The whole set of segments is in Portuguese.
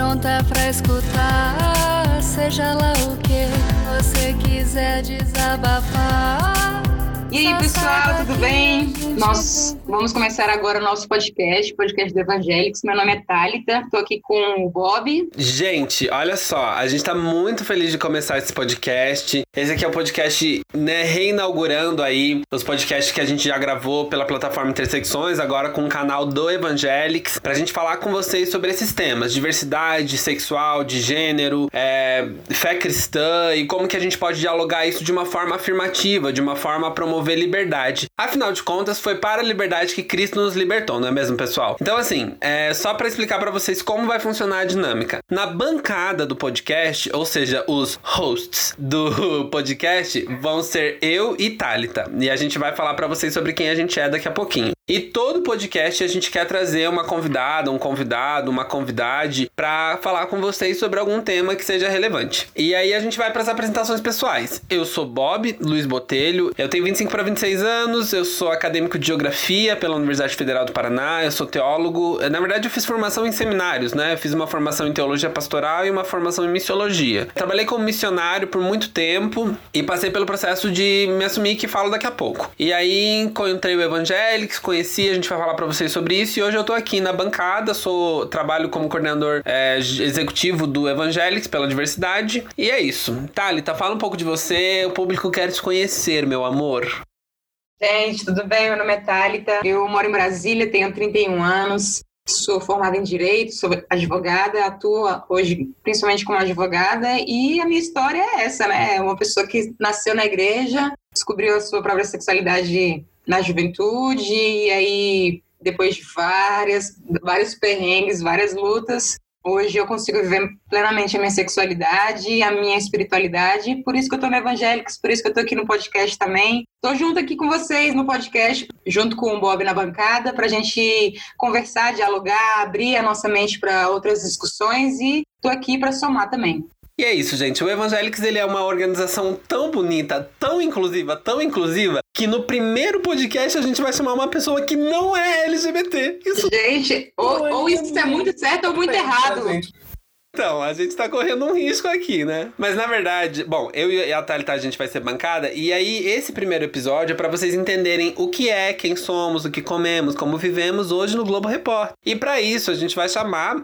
pronta pra escutar, seja lá o que você quiser desabafar. E aí, pessoal, tudo bem? Nós vamos começar agora o nosso podcast do Evangélicos. Meu nome é Thalita, tô aqui com o Bob. Gente, olha só, a gente tá muito feliz de começar esse podcast. Esse aqui é o podcast, reinaugurando aí os podcasts que a gente já gravou pela plataforma Intersecções, agora com o canal do Evangélicos, pra gente falar com vocês sobre esses temas, diversidade sexual, de gênero, fé cristã e como que a gente pode dialogar isso de uma forma afirmativa, de uma forma a promover liberdade. Afinal de contas, foi para a liberdade que Cristo nos libertou, não é mesmo, pessoal? Então, assim, só para explicar para vocês como vai funcionar a dinâmica. Na bancada do podcast, ou seja, os hosts do podcast, vão ser eu e Thalita. E a gente vai falar para vocês sobre quem a gente é daqui a pouquinho. E todo podcast a gente quer trazer uma convidada, um convidado, uma convidade para falar com vocês sobre algum tema que seja relevante. E aí a gente vai para as apresentações pessoais. Eu sou Bob Luiz Botelho, eu tenho 25 para 26 anos, eu sou acadêmico de Geografia pela Universidade Federal do Paraná, eu sou teólogo. Na verdade, eu fiz formação em seminários, né? Eu fiz uma formação em Teologia Pastoral e uma formação em Missiologia. Trabalhei como missionário por muito tempo e passei pelo processo de me assumir, que falo daqui a pouco. E aí encontrei o Evangélicos, a gente vai falar pra vocês sobre isso, e hoje eu tô aqui na bancada, trabalho como coordenador executivo do Evangélicos pela diversidade, e é isso. Thalita, fala um pouco de você, o público quer te conhecer, meu amor. Gente, tudo bem? Meu nome é Thalita, eu moro em Brasília, tenho 31 anos, sou formada em Direito, sou advogada, atuo hoje principalmente como advogada, e a minha história é essa, né? É uma pessoa que nasceu na igreja, descobriu a sua própria sexualidade na juventude, e aí, depois de vários perrengues, várias lutas, hoje eu consigo viver plenamente a minha sexualidade, a minha espiritualidade, por isso que eu tô no Evangélicos, por isso que eu tô aqui no podcast também. Tô junto aqui com vocês no podcast, junto com o Bob na bancada, pra gente conversar, dialogar, abrir a nossa mente para outras discussões, e tô aqui para somar também. E é isso, gente. O Evangélicos, ele é uma organização tão bonita, tão inclusiva, que no primeiro podcast a gente vai chamar uma pessoa que não é LGBT. Isso, gente, ou isso é muito certo ou muito errado. Então, a gente tá correndo um risco aqui, né? Mas, na verdade, bom, eu e a Thalita, a gente vai ser bancada. E aí, esse primeiro episódio é pra vocês entenderem o que é, quem somos, o que comemos, como vivemos hoje no Globo Repórter. E pra isso, a gente vai chamar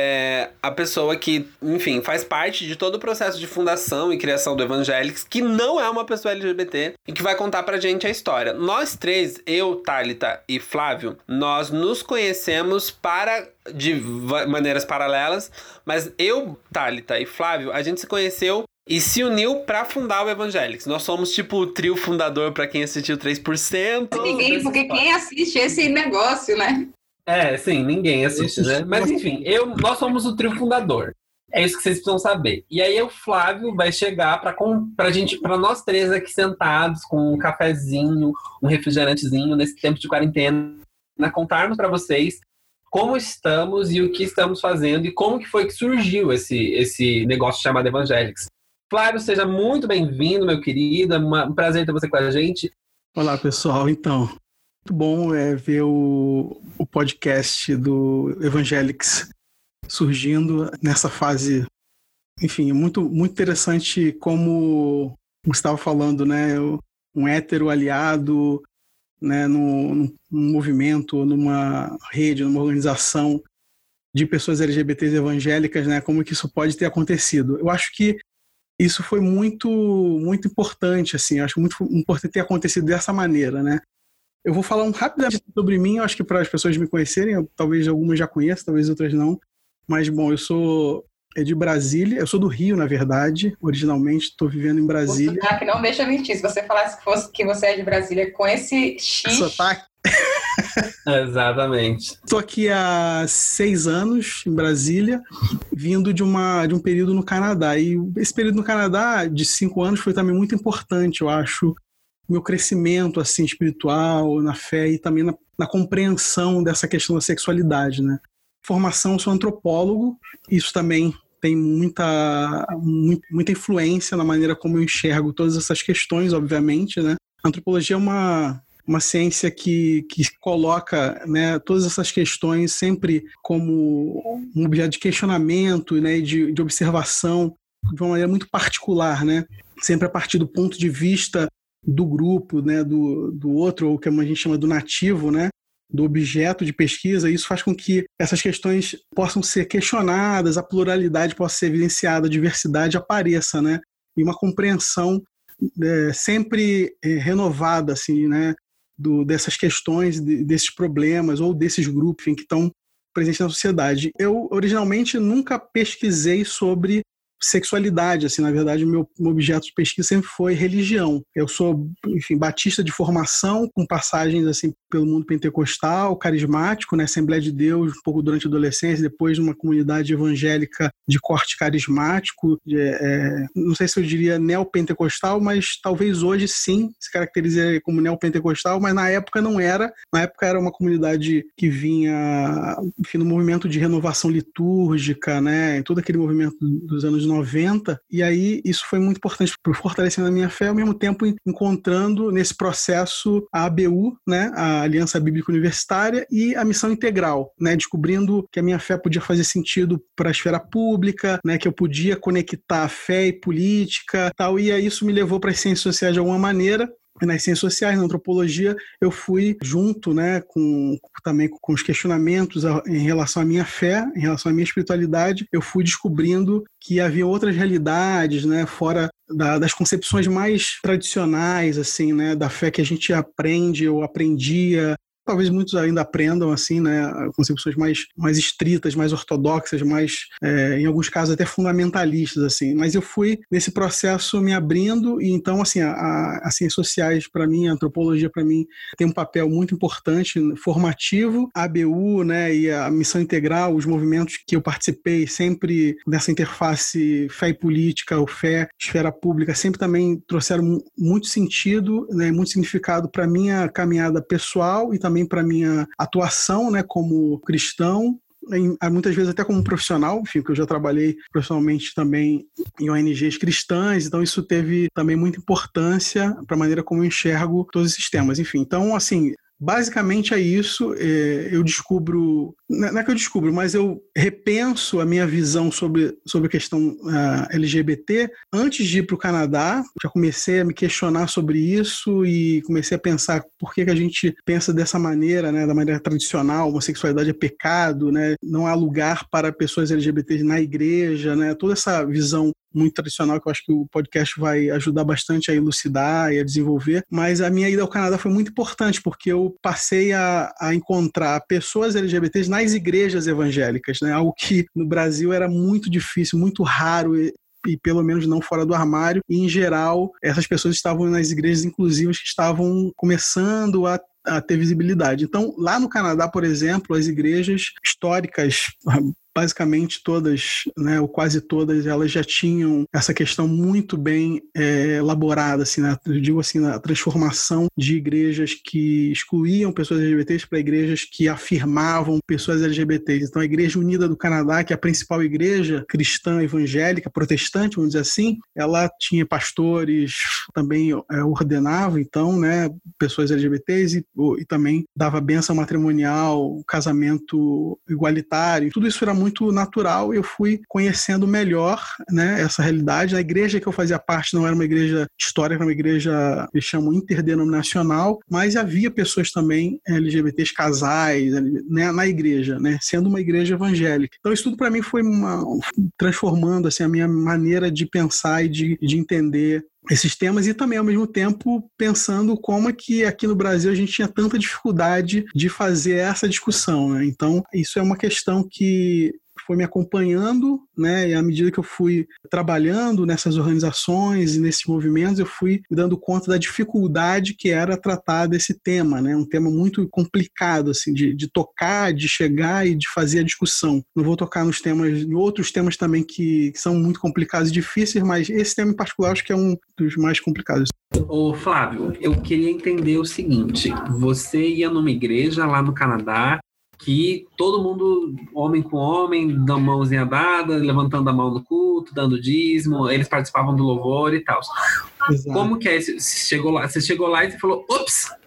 a pessoa que, enfim, faz parte de todo o processo de fundação e criação do Evangélicos, que não é uma pessoa LGBT, e que vai contar pra gente a história. Nós três, eu, Thalita e Flávio, nós nos conhecemos de maneiras paralelas, mas eu, Thalita e Flávio, a gente se conheceu e se uniu pra fundar o Evangélicos. Nós somos tipo o trio fundador pra quem assistiu 3%. Ninguém, porque quem assiste esse negócio, né? Sim, ninguém assiste, né? Mas enfim, nós somos o trio fundador. É isso que vocês precisam saber. E aí o Flávio vai chegar pra nós três aqui sentados com um cafezinho, um refrigerantezinho nesse tempo de quarentena, contarmos pra vocês como estamos e o que estamos fazendo e como que foi que surgiu esse negócio chamado Evangélicos. Flávio, seja muito bem-vindo, meu querido. É um prazer ter você com a gente. Olá, pessoal. Então, muito bom ver o podcast do Evangélicos surgindo nessa fase. Enfim, muito, muito interessante como você estava falando, né? Um hétero aliado, né, num movimento, numa rede, numa organização de pessoas LGBTs evangélicas, né, como que isso pode ter acontecido. Eu acho que isso foi muito, muito importante, assim, acho muito importante ter acontecido dessa maneira, né. Eu vou falar rapidamente sobre mim, eu acho que para as pessoas me conhecerem, talvez algumas já conheçam, talvez outras não, mas, bom, eu sou de Brasília, eu sou do Rio, na verdade, originalmente, estou vivendo em Brasília. O sotaque não deixa mentir, se você falasse que você é de Brasília com esse X... Sotaque? Exatamente. Estou aqui há 6 anos, em Brasília, vindo de um período no Canadá. E esse período no Canadá, de 5 anos, foi também muito importante, eu acho, meu crescimento assim, espiritual, na fé e também na compreensão dessa questão da sexualidade, né? Formação, eu sou antropólogo, isso também tem muita influência na maneira como eu enxergo todas essas questões, obviamente, né? A antropologia é uma uma ciência que coloca, né, todas essas questões sempre como um objeto de questionamento, né, de observação de uma maneira muito particular, né, sempre a partir do ponto de vista do grupo, né, do outro, ou que a gente chama do nativo, né, do objeto de pesquisa. Isso faz com que essas questões possam ser questionadas, a pluralidade possa ser evidenciada, a diversidade apareça, né, e uma compreensão sempre renovada, assim, né, dessas questões, desses problemas ou desses grupos que estão presentes na sociedade. Eu, originalmente, nunca pesquisei sobre sexualidade, assim, na verdade, o meu objeto de pesquisa sempre foi religião. Eu sou, enfim, batista de formação, com passagens, assim, pelo mundo pentecostal, carismático, né, Assembleia de Deus, um pouco durante a adolescência, depois numa comunidade evangélica de corte carismático, não sei se eu diria neopentecostal, mas talvez hoje sim se caracterize como neopentecostal, mas na época não era. Na época era uma comunidade que vinha, enfim, no movimento de renovação litúrgica, né, todo aquele movimento dos anos 90, e aí isso foi muito importante para o fortalecimento da minha fé, ao mesmo tempo encontrando nesse processo a ABU, né, a Aliança Bíblica Universitária, e a missão integral, né, descobrindo que a minha fé podia fazer sentido para a esfera pública, né, que eu podia conectar fé e política, tal, e aí isso me levou para as ciências sociais de alguma maneira. Nas ciências sociais, na antropologia, eu fui junto, né, também com os questionamentos em relação à minha fé, em relação à minha espiritualidade, eu fui descobrindo que havia outras realidades, né, fora das concepções mais tradicionais, assim, né, da fé que a gente aprende ou aprendia. Talvez muitos ainda aprendam, assim, né, concepções mais estritas, mais ortodoxas, em alguns casos até fundamentalistas, assim. Mas eu fui nesse processo me abrindo, e então, assim, as ciências sociais para mim, a antropologia para mim tem um papel muito importante, formativo. A ABU, né, e a missão integral, os movimentos que eu participei sempre nessa interface fé e política, ou fé, esfera pública, sempre também trouxeram muito sentido, né, muito significado para minha caminhada pessoal e também para minha atuação, né, como cristão, muitas vezes até como profissional, enfim, porque eu já trabalhei profissionalmente também em ONGs cristãs, então isso teve também muita importância para a maneira como eu enxergo todos esses temas. Enfim, então, assim, basicamente é isso. Eu descubro, não é que eu descubro, mas eu repenso a minha visão sobre a questão LGBT antes de ir para o Canadá. Já comecei a me questionar sobre isso e comecei a pensar por que a gente pensa dessa maneira, né, da maneira tradicional, homossexualidade é pecado, né, não há lugar para pessoas LGBTs na igreja, né, toda essa visão muito tradicional que eu acho que o podcast vai ajudar bastante a elucidar e a desenvolver. Mas a minha ida ao Canadá foi muito importante, porque eu passei a encontrar pessoas LGBTs nas igrejas evangélicas, né? Algo que no Brasil era muito difícil, muito raro, e pelo menos não fora do armário. E, em geral, essas pessoas estavam nas igrejas inclusivas que estavam começando a ter visibilidade. Então, lá no Canadá, por exemplo, as igrejas históricas, basicamente todas, né, ou quase todas, elas já tinham essa questão muito bem elaborada, assim, né? Eu digo assim, na transformação de igrejas que excluíam pessoas LGBTs para igrejas que afirmavam pessoas LGBTs. Então, a Igreja Unida do Canadá, que é a principal igreja cristã evangélica, protestante, vamos dizer assim, ela tinha pastores, também ordenava, então, né, pessoas LGBTs e também dava bênção matrimonial, casamento igualitário. Tudo isso era muito natural, e eu fui conhecendo melhor, né, essa realidade. A igreja que eu fazia parte não era uma igreja histórica, era uma igreja, eles chamam interdenominacional, mas havia pessoas também LGBTs, casais, né, na igreja, né, sendo uma igreja evangélica. Então isso tudo para mim foi transformando, assim, a minha maneira de pensar e de entender esses temas, e também, ao mesmo tempo, pensando como é que aqui no Brasil a gente tinha tanta dificuldade de fazer essa discussão, né? Então, isso é uma questão que foi me acompanhando, né? E à medida que eu fui trabalhando nessas organizações e nesses movimentos, eu fui me dando conta da dificuldade que era tratar desse tema, né? Um tema muito complicado, assim, de tocar, de chegar e de fazer a discussão. Não vou tocar em outros temas também que são muito complicados e difíceis, mas esse tema em particular acho que é um dos mais complicados. Ô Flávio, eu queria entender o seguinte: você ia numa igreja lá no Canadá que todo mundo, homem com homem, dando mãozinha dada, levantando a mão no culto, dando dízimo, eles participavam do louvor e tal. Exato. Como que é? Você chegou lá e você falou, ops,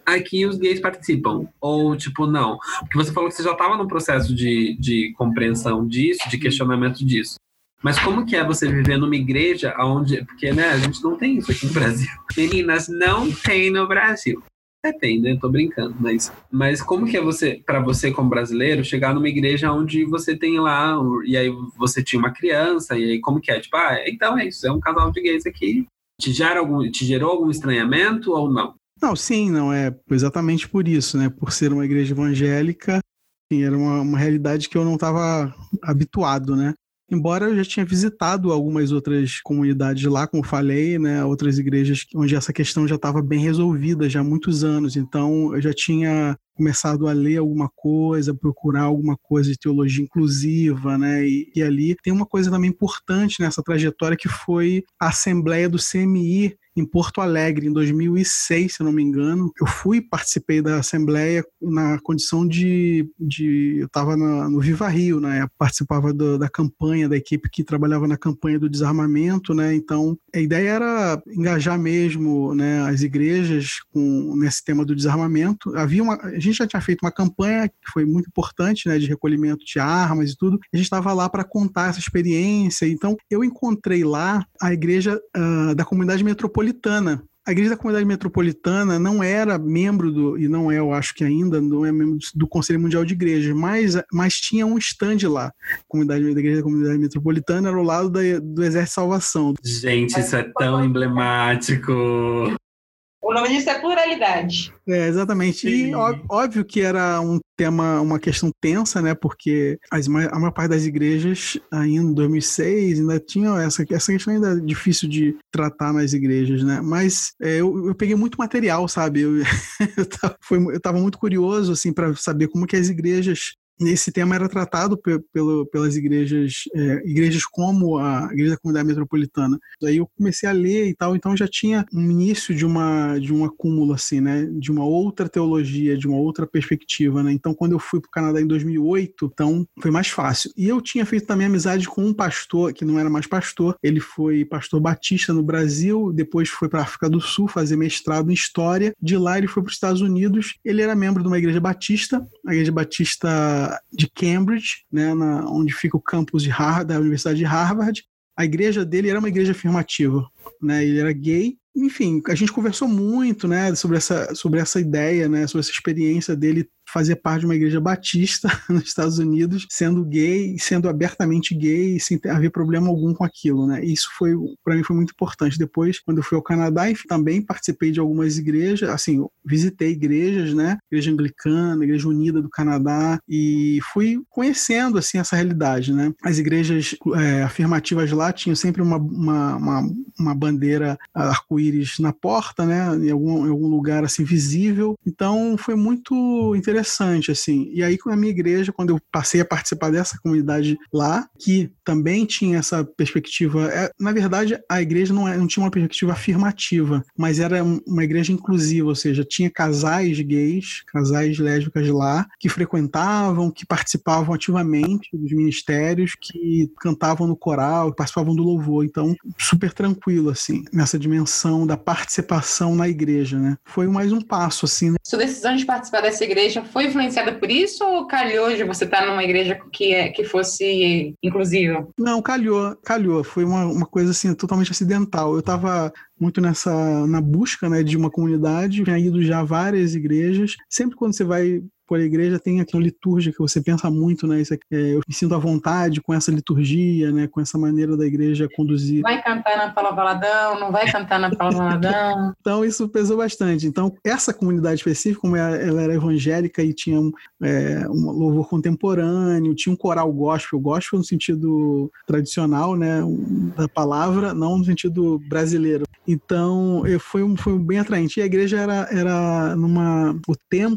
aqui os gays participam. Ou, tipo, não. Porque você falou que você já estava no processo de compreensão disso, de questionamento disso. Mas como que é você viver numa igreja onde... Porque, né, a gente não tem isso aqui no Brasil. Meninas, não tem no Brasil. Tem, né? Tô brincando, mas como que é para você como brasileiro, chegar numa igreja onde você tem lá, e aí você tinha uma criança, e aí como que é? Tipo, então é isso, é um casal de gays aqui. Te gerou algum estranhamento ou não? Não, sim, não é exatamente por isso, né? Por ser uma igreja evangélica, sim, era uma realidade que eu não estava habituado, né? Embora eu já tinha visitado algumas outras comunidades lá, como falei, né, outras igrejas onde essa questão já estava bem resolvida já há muitos anos. Então, eu já tinha começado a ler alguma coisa, procurar alguma coisa de teologia inclusiva, né? E ali tem uma coisa também importante nessa trajetória que foi a Assembleia do CMI em Porto Alegre, em 2006, se eu não me engano. Eu participei da Assembleia na condição eu estava no Viva Rio, né? Participava da campanha, da equipe que trabalhava na campanha do desarmamento, né? Então, a ideia era engajar mesmo, né, as igrejas nesse tema do desarmamento. A gente já tinha feito uma campanha que foi muito importante, né, de recolhimento de armas e tudo. A gente estava lá para contar essa experiência. Então, eu encontrei lá a igreja da comunidade metropolitana. A igreja da comunidade metropolitana não era membro e não é, eu acho que ainda, não é membro do Conselho Mundial de Igrejas, mas tinha um stand lá. Da igreja da comunidade metropolitana era ao lado do Exército de Salvação. Gente, isso é tão emblemático. O nome disso é pluralidade. É, exatamente. E óbvio que era um tema, uma questão tensa, né? Porque a maior parte das igrejas, ainda em 2006, ainda tinha essa questão ainda difícil de tratar nas igrejas, né? Mas eu peguei muito material, sabe? Eu estava muito curioso, assim, para saber como que as igrejas... Esse tema era tratado pelas igrejas como a Igreja da Comunidade Metropolitana. Daí eu comecei a ler e tal, então já tinha um início de um acúmulo, assim, né? De uma outra teologia, de uma outra perspectiva, né? Então, quando eu fui para o Canadá em 2008, então foi mais fácil. E eu tinha feito também amizade com um pastor, que não era mais pastor, ele foi pastor batista no Brasil, depois foi para a África do Sul fazer mestrado em História. De lá ele foi para os Estados Unidos, ele era membro de uma igreja batista, a Igreja Batista de Cambridge, né, onde fica o campus da Universidade de Harvard. A igreja dele era uma igreja afirmativa, né, ele era gay. Enfim, a gente conversou muito, né, sobre essa ideia, né, sobre essa experiência dele fazer parte de uma igreja batista nos Estados Unidos, sendo gay, sendo abertamente gay, sem haver problema algum com aquilo, né? Isso para mim foi muito importante. Depois, quando eu fui ao Canadá, enfim, também participei de algumas igrejas, assim, visitei igrejas, né? Igreja Anglicana, Igreja Unida do Canadá, e fui conhecendo, assim, essa realidade, né? As igrejas afirmativas lá tinham sempre uma bandeira arco-íris na porta, né? Em algum lugar, assim, visível. Então, foi muito interessante, assim. E aí, com a minha igreja, quando eu passei a participar dessa comunidade lá, que também tinha essa perspectiva... na verdade, a igreja não tinha uma perspectiva afirmativa, mas era uma igreja inclusiva, ou seja, tinha casais gays, casais lésbicas lá, que frequentavam, que participavam ativamente dos ministérios, que cantavam no coral, que participavam do louvor. Então, super tranquilo, assim, nessa dimensão da participação na igreja, né? Foi mais um passo, assim, né? Sua decisão de participar dessa igreja foi influenciada por isso ou calhou de você estar numa igreja que fosse inclusiva? Não, calhou. Foi uma coisa assim totalmente acidental. Eu estava muito na busca, né, de uma comunidade, tinha ido já a várias igrejas. Sempre quando você vai por a igreja tem aquela liturgia que você pensa muito, né? Eu me sinto à vontade com essa liturgia, né? Com essa maneira da igreja conduzir. Vai cantar na Paula Valadão, não vai cantar na Paula Valadão. Então isso pesou bastante. Então essa comunidade específica, como ela era evangélica e tinha um louvor contemporâneo, tinha um coral gospel no sentido tradicional, né? Da palavra, não no sentido brasileiro. Então foi bem atraente. E a igreja era o templo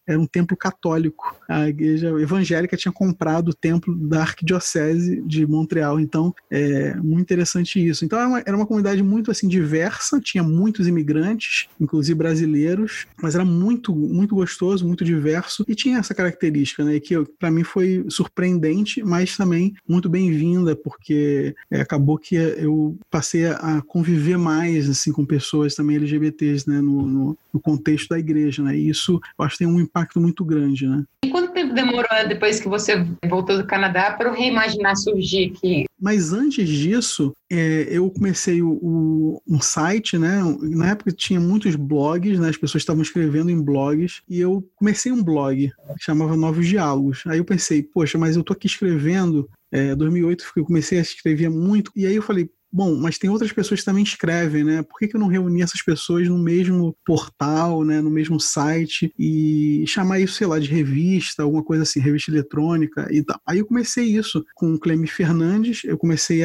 era um templo católico. A igreja evangélica tinha comprado o templo da Arquidiocese de Montreal. Então, é muito interessante isso. Então, era uma comunidade muito assim diversa, tinha muitos imigrantes, inclusive brasileiros, mas era muito, muito gostoso, muito diverso, e tinha essa característica, né, que para mim foi surpreendente, mas também muito bem-vinda, porque acabou que eu passei a conviver mais assim com pessoas também LGBTs, né, no contexto da igreja, né, e isso eu acho que tem um impacto muito grande, né. E quanto tempo demorou depois que você voltou do Canadá para o Reimaginar surgir aqui? Mas antes disso, eu comecei um site, né? Na época tinha muitos blogs, né? As pessoas estavam escrevendo em blogs, e eu comecei um blog que chamava Novos Diálogos. Aí eu pensei, poxa, mas eu tô aqui escrevendo. 2008 eu comecei a escrever muito, e aí eu falei, bom, mas tem outras pessoas que também escrevem, né? Por que eu não reuni essas pessoas no mesmo portal, né? No mesmo site, e chamar isso, sei lá, de revista, alguma coisa assim, revista eletrônica e tal. Aí eu comecei isso com o Cleme Fernandes, eu comecei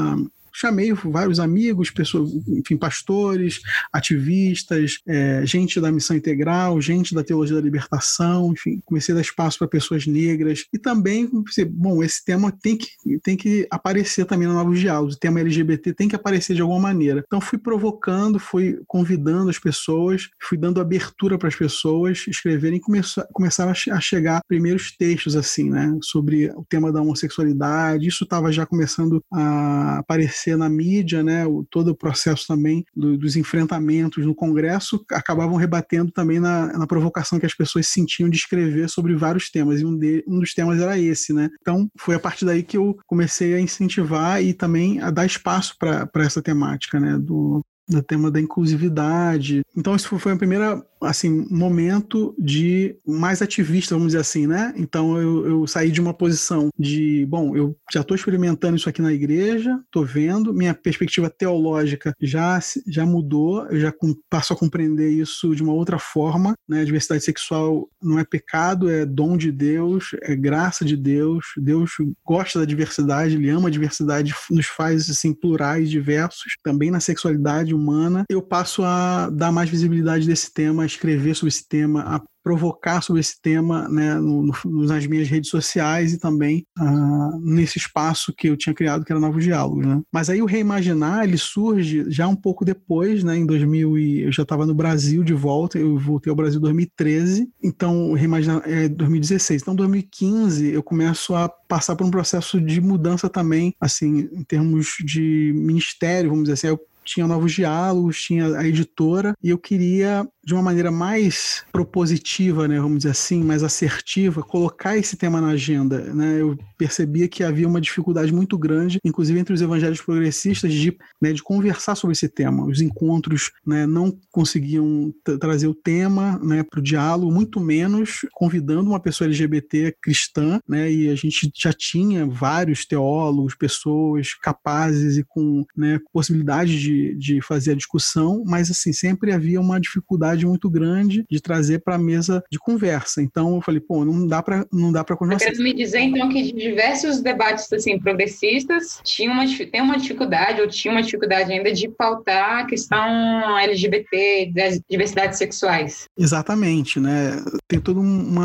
chamei vários amigos, pessoas, enfim, pastores, ativistas, gente da Missão Integral, gente da Teologia da Libertação, enfim, comecei a dar espaço para pessoas negras, e também pensei, bom, esse tema tem que aparecer também no Novos Diálogos, o tema LGBT tem que aparecer de alguma maneira. Então fui provocando, fui convidando as pessoas, fui dando abertura para as pessoas escreverem, e começaram a chegar primeiros textos assim, né, sobre o tema da homossexualidade. Isso estava já começando a aparecer na mídia, né, todo o processo também dos enfrentamentos no Congresso acabavam rebatendo também na provocação que as pessoas sentiam de escrever sobre vários temas, e um dos temas era esse, né. Então foi a partir daí que eu comecei a incentivar e também a dar espaço para essa temática, né, do tema da inclusividade. Então esse foi o primeiro assim, momento de mais ativista, vamos dizer assim, né? Então eu saí de uma posição de, bom, eu já estou experimentando isso aqui na igreja, estou vendo, minha perspectiva teológica já mudou, eu já passo a compreender isso de uma outra forma, né? A diversidade sexual não é pecado, é dom de Deus, é graça de Deus. Deus gosta da diversidade, Ele ama a diversidade, nos faz assim plurais, diversos, também na sexualidade humana. Eu passo a dar mais visibilidade desse tema, a escrever sobre esse tema, a provocar sobre esse tema, né, nas minhas redes sociais e também nesse espaço que eu tinha criado, que era Novos Diálogos, né? Mas aí o Reimaginar, ele surge já um pouco depois, né, em 2000 eu já estava no Brasil de volta, eu voltei ao Brasil em 2013, então o Reimaginar é 2016. Então, em 2015, eu começo a passar por um processo de mudança também, assim, em termos de ministério, vamos dizer assim. Eu tinha Novos Diálogos, tinha a editora, e eu queria, de uma maneira mais propositiva, né, vamos dizer assim, mais assertiva, colocar esse tema na agenda, né? Eu percebia que havia uma dificuldade muito grande, inclusive entre os evangélicos progressistas, de conversar sobre esse tema. Os encontros, né, não conseguiam trazer o tema, né, para o diálogo, muito menos convidando uma pessoa LGBT cristã, né, e a gente já tinha vários teólogos, pessoas capazes e com, né, possibilidade de fazer a discussão, mas assim, sempre havia uma dificuldade muito grande de trazer para a mesa de conversa. Então eu falei, pô, não dá para continuar. Você quer me dizer então que de diversos debates assim progressistas tem uma dificuldade, ou tinha uma dificuldade ainda de pautar a questão LGBT, das diversidades sexuais? Exatamente, né? Tem toda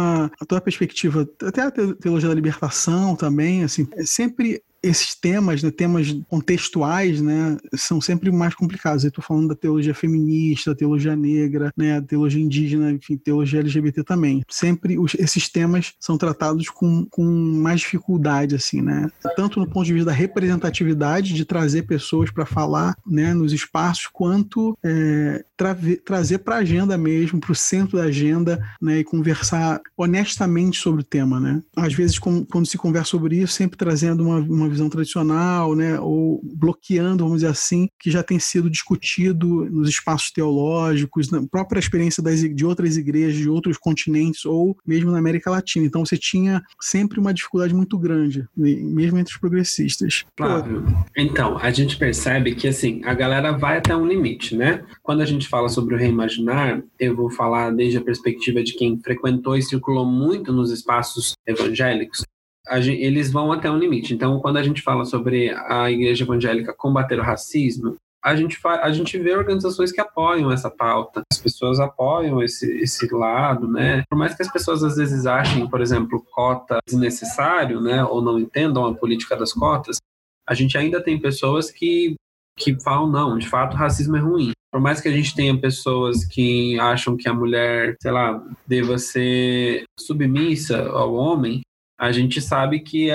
a perspectiva, até a teologia da libertação também, assim, sempre esses temas, né, temas contextuais, né, são sempre mais complicados. Eu estou falando da teologia feminista, da teologia negra, né, da teologia indígena, enfim, teologia LGBT também. Sempre esses temas são tratados com mais dificuldade, assim, né? Tanto no ponto de vista da representatividade, de trazer pessoas para falar, né, nos espaços, quanto trazer para a agenda mesmo, para o centro da agenda, né, e conversar honestamente sobre o tema, né? Às vezes, quando se conversa sobre isso, sempre trazendo uma visão tradicional, né, ou bloqueando, vamos dizer assim, que já tem sido discutido nos espaços teológicos, na própria experiência de outras igrejas, de outros continentes, ou mesmo na América Latina. Então você tinha sempre uma dificuldade muito grande, mesmo entre os progressistas. Claro. Então, a gente percebe que assim, a galera vai até um limite, né? Quando a gente fala sobre o Reimaginar, eu vou falar desde a perspectiva de quem frequentou e circulou muito nos espaços evangélicos, eles vão até um limite. Então, quando a gente fala sobre a igreja evangélica combater o racismo, a gente vê organizações que apoiam essa pauta. As pessoas apoiam esse lado, né? Por mais que as pessoas às vezes achem, por exemplo, cota desnecessário, né? Ou não entendam a política das cotas, a gente ainda tem pessoas que falam, não, de fato, o racismo é ruim. Por mais que a gente tenha pessoas que acham que a mulher, sei lá, deva ser submissa ao homem, a gente sabe que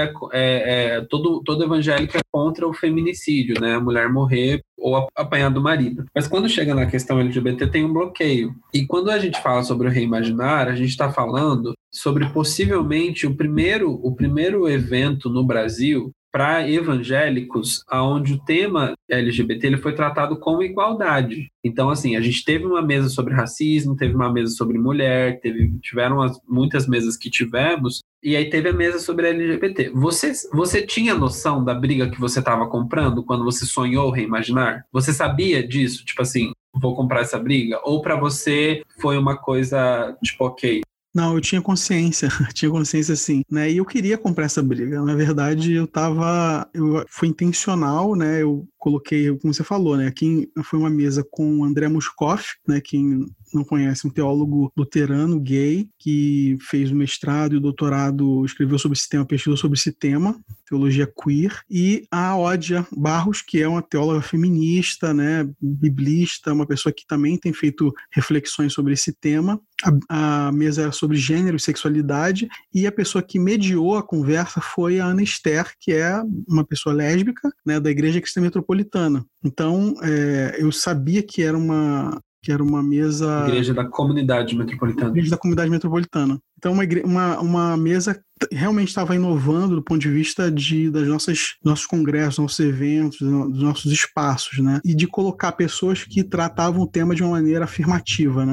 todo evangélico é contra o feminicídio, né? A mulher morrer ou apanhar do marido. Mas quando chega na questão LGBT, tem um bloqueio. E quando a gente fala sobre o reimaginar, a gente está falando sobre possivelmente o primeiro evento no Brasil para evangélicos, onde o tema LGBT ele foi tratado com igualdade. Então, assim, a gente teve uma mesa sobre racismo, teve uma mesa sobre mulher, tiveram muitas mesas que tivemos, e aí teve a mesa sobre LGBT. Você tinha noção da briga que você estava comprando quando você sonhou reimaginar? Você sabia disso? Tipo assim, vou comprar essa briga? Ou para você foi uma coisa, tipo, ok? Não, eu tinha consciência sim, né? E eu queria comprar essa briga. Na verdade, foi intencional, né? Eu coloquei, como você falou, né? Aqui foi uma mesa com o André Moscoff, né? Quem não conhece, um teólogo luterano, gay, que fez o mestrado e o doutorado, escreveu sobre esse tema, pesquisou sobre esse tema, teologia queer, e a Ódia Barros, que é uma teóloga feminista, né, biblista, uma pessoa que também tem feito reflexões sobre esse tema. A mesa era sobre gênero e sexualidade, e a pessoa que mediou a conversa foi a Ana Esther, que é uma pessoa lésbica, né, da Igreja Cristã Metropolitana. Então, eu sabia que era uma mesa... Igreja da Comunidade Metropolitana. Igreja da Comunidade Metropolitana. Então, uma mesa realmente estava inovando do ponto de vista nossos congressos, nossos eventos, dos nossos espaços, né? E de colocar pessoas que tratavam o tema de uma maneira afirmativa,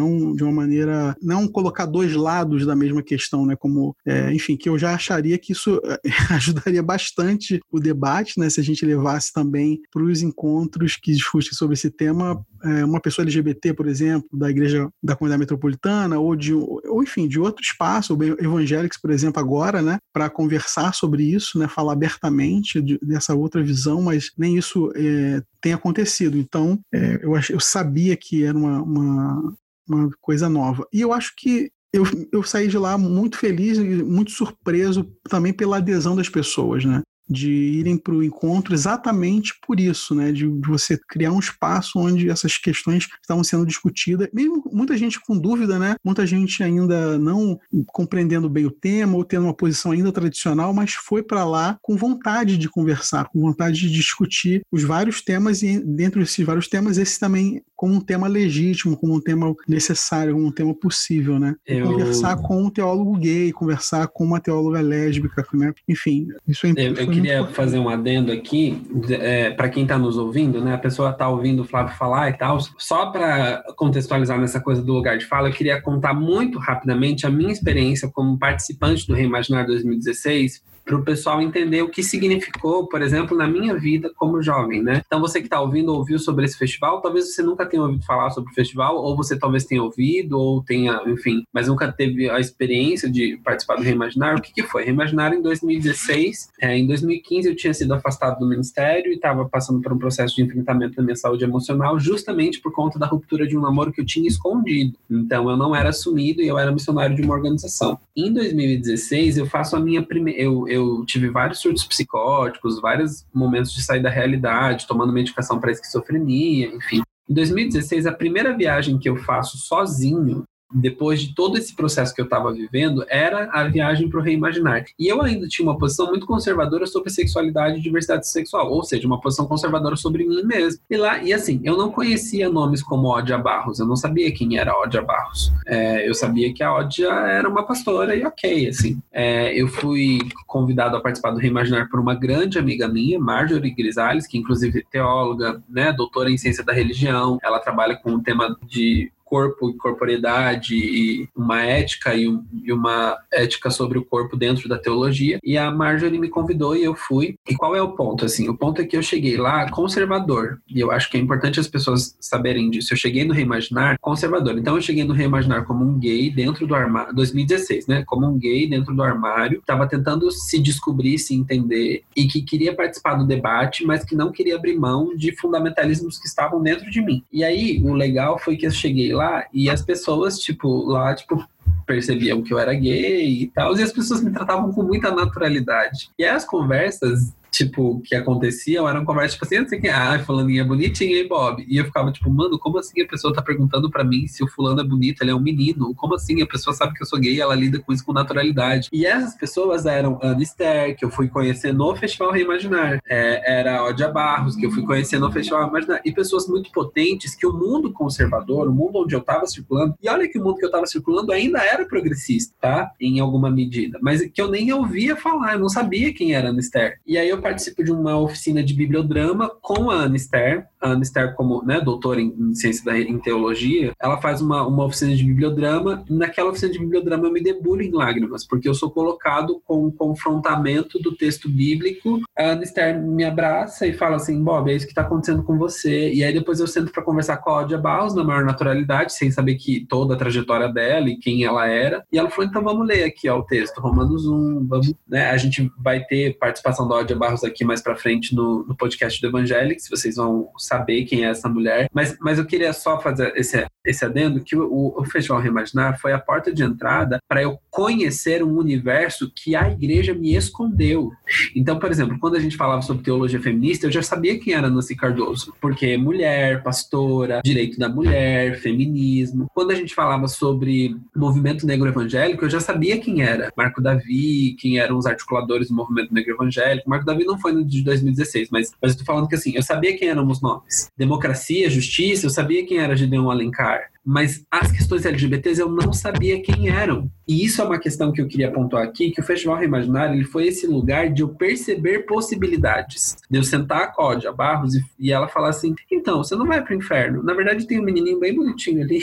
não colocar dois lados da mesma questão, né? Como, enfim, que eu já acharia que isso ajudaria bastante o debate, né? Se a gente levasse também para os encontros que discutem sobre esse tema uma pessoa LGBT, por exemplo, da Igreja da Comunidade Metropolitana, ou enfim, de outro espaço, o Evangelics, por exemplo, agora, né, para conversar sobre isso, né, falar abertamente dessa outra visão, mas nem isso tem acontecido. Então, eu sabia que era uma coisa nova. E eu acho que eu saí de lá muito feliz e muito surpreso também pela adesão das pessoas, né? De irem para o encontro exatamente por isso, né? De você criar um espaço onde essas questões estavam sendo discutidas, mesmo muita gente com dúvida, né? Muita gente ainda não compreendendo bem o tema ou tendo uma posição ainda tradicional, mas foi para lá com vontade de conversar, com vontade de discutir os vários temas, e dentro desses vários temas, esse também como um tema legítimo, como um tema necessário, como um tema possível, né? Conversar com um teólogo gay, conversar com uma teóloga lésbica, né? Enfim, isso é importante. Eu queria fazer um adendo aqui, para quem está nos ouvindo, né? A pessoa está ouvindo o Flávio falar e tal. Só para contextualizar nessa coisa do lugar de fala, eu queria contar muito rapidamente a minha experiência como participante do Reimaginar 2016, para o pessoal entender o que significou, por exemplo, na minha vida como jovem, né? Então, você que está ouviu sobre esse festival, talvez você nunca tenha ouvido falar sobre o festival, ou você talvez tenha ouvido, ou tenha, enfim, mas nunca teve a experiência de participar do Reimaginar. O que foi? Reimaginar em 2016. Em 2015, eu tinha sido afastado do ministério e estava passando por um processo de enfrentamento da minha saúde emocional, justamente por conta da ruptura de um namoro que eu tinha escondido. Então, eu não era assumido e eu era missionário de uma organização. Em 2016, eu faço a minha primeira... Eu tive vários surtos psicóticos, vários momentos de sair da realidade, tomando medicação para esquizofrenia, enfim. Em 2016, a primeira viagem que eu faço sozinho, depois de todo esse processo que eu estava vivendo, era a viagem para o Reimaginar. E eu ainda tinha uma posição muito conservadora sobre sexualidade e diversidade sexual, ou seja, uma posição conservadora sobre mim mesmo. E assim, eu não conhecia nomes como Ódia Barros, eu não sabia quem era Ódia Barros. Eu sabia que a Ódia era uma pastora e ok, assim. Eu fui convidado a participar do Reimaginar por uma grande amiga minha, Marjorie Grisales, que inclusive é teóloga, né, doutora em ciência da religião. Ela trabalha com o tema de corpo e corporeidade e uma ética e uma ética sobre o corpo dentro da teologia. E a Marjorie me convidou e eu fui. E qual é o ponto? Assim, o ponto é que eu cheguei lá conservador. E eu acho que é importante as pessoas saberem disso. Eu cheguei no Reimaginar conservador. Então eu cheguei no Reimaginar como um gay dentro do armário, 2016, né? Como um gay dentro do armário, estava tentando se descobrir, se entender e que queria participar do debate, mas que não queria abrir mão de fundamentalismos que estavam dentro de mim. E aí, o legal foi que eu cheguei lá e as pessoas, percebiam que eu era gay e tal, e as pessoas me tratavam com muita naturalidade. E aí as conversas, que aconteciam, eram conversas, assim, não sei quem, fulaninha é bonitinha, hein, Bob? E eu ficava, mano, como assim a pessoa tá perguntando pra mim se o fulano é bonito, ele é um menino? Como assim? A pessoa sabe que eu sou gay e ela lida com isso com naturalidade. E essas pessoas eram Ana Esther, que eu fui conhecer no Festival Reimaginar, era Ódia Barros, que eu fui conhecer no Festival Reimaginar, e pessoas muito potentes que o mundo conservador, o mundo onde eu tava circulando, e olha que o mundo que eu tava circulando ainda era progressista, tá? Em alguma medida, mas que eu nem ouvia falar, eu não sabia quem era Ana Esther. E aí eu participo de uma oficina de bibliodrama com a Ana Esther. A Ana Esther, como doutora em ciência em teologia, ela faz uma oficina de bibliodrama. Naquela oficina de bibliodrama eu me debulho em lágrimas, porque eu sou colocado com o confrontamento do texto bíblico. A Ana Esther me abraça e fala assim, Bob, é isso que está acontecendo com você. E aí depois eu sento para conversar com a Ódia Barros na maior naturalidade, sem saber que toda a trajetória dela e quem ela era. E ela falou, então vamos ler aqui o texto, Romanos 1, vamos, né? A gente vai ter participação da Ódia Barros aqui mais pra frente no podcast do Evangelics, vocês vão saber quem é essa mulher, mas eu queria só fazer esse adendo, que o Festival Reimaginar foi a porta de entrada para eu conhecer um universo que a igreja me escondeu. Então, por exemplo, quando a gente falava sobre teologia feminista, eu já sabia quem era Nancy Cardoso, porque mulher, pastora, direito da mulher, feminismo. Quando a gente falava sobre movimento negro evangélico, eu já sabia quem era Marco Davi, quem eram os articuladores do movimento negro evangélico. Marco Davi não foi no de 2016, mas eu tô falando que assim, eu sabia quem eram os nomes. Democracia, Justiça, eu sabia quem era Gideon Alencar. Mas as questões LGBTs eu não sabia quem eram. E isso é uma questão que eu queria pontuar aqui, que o Festival Reimaginar, ele foi esse lugar de eu perceber possibilidades. De eu sentar com a Ódia Barros e ela falar assim, então, você não vai pro inferno. Na verdade, tem um menininho bem bonitinho ali.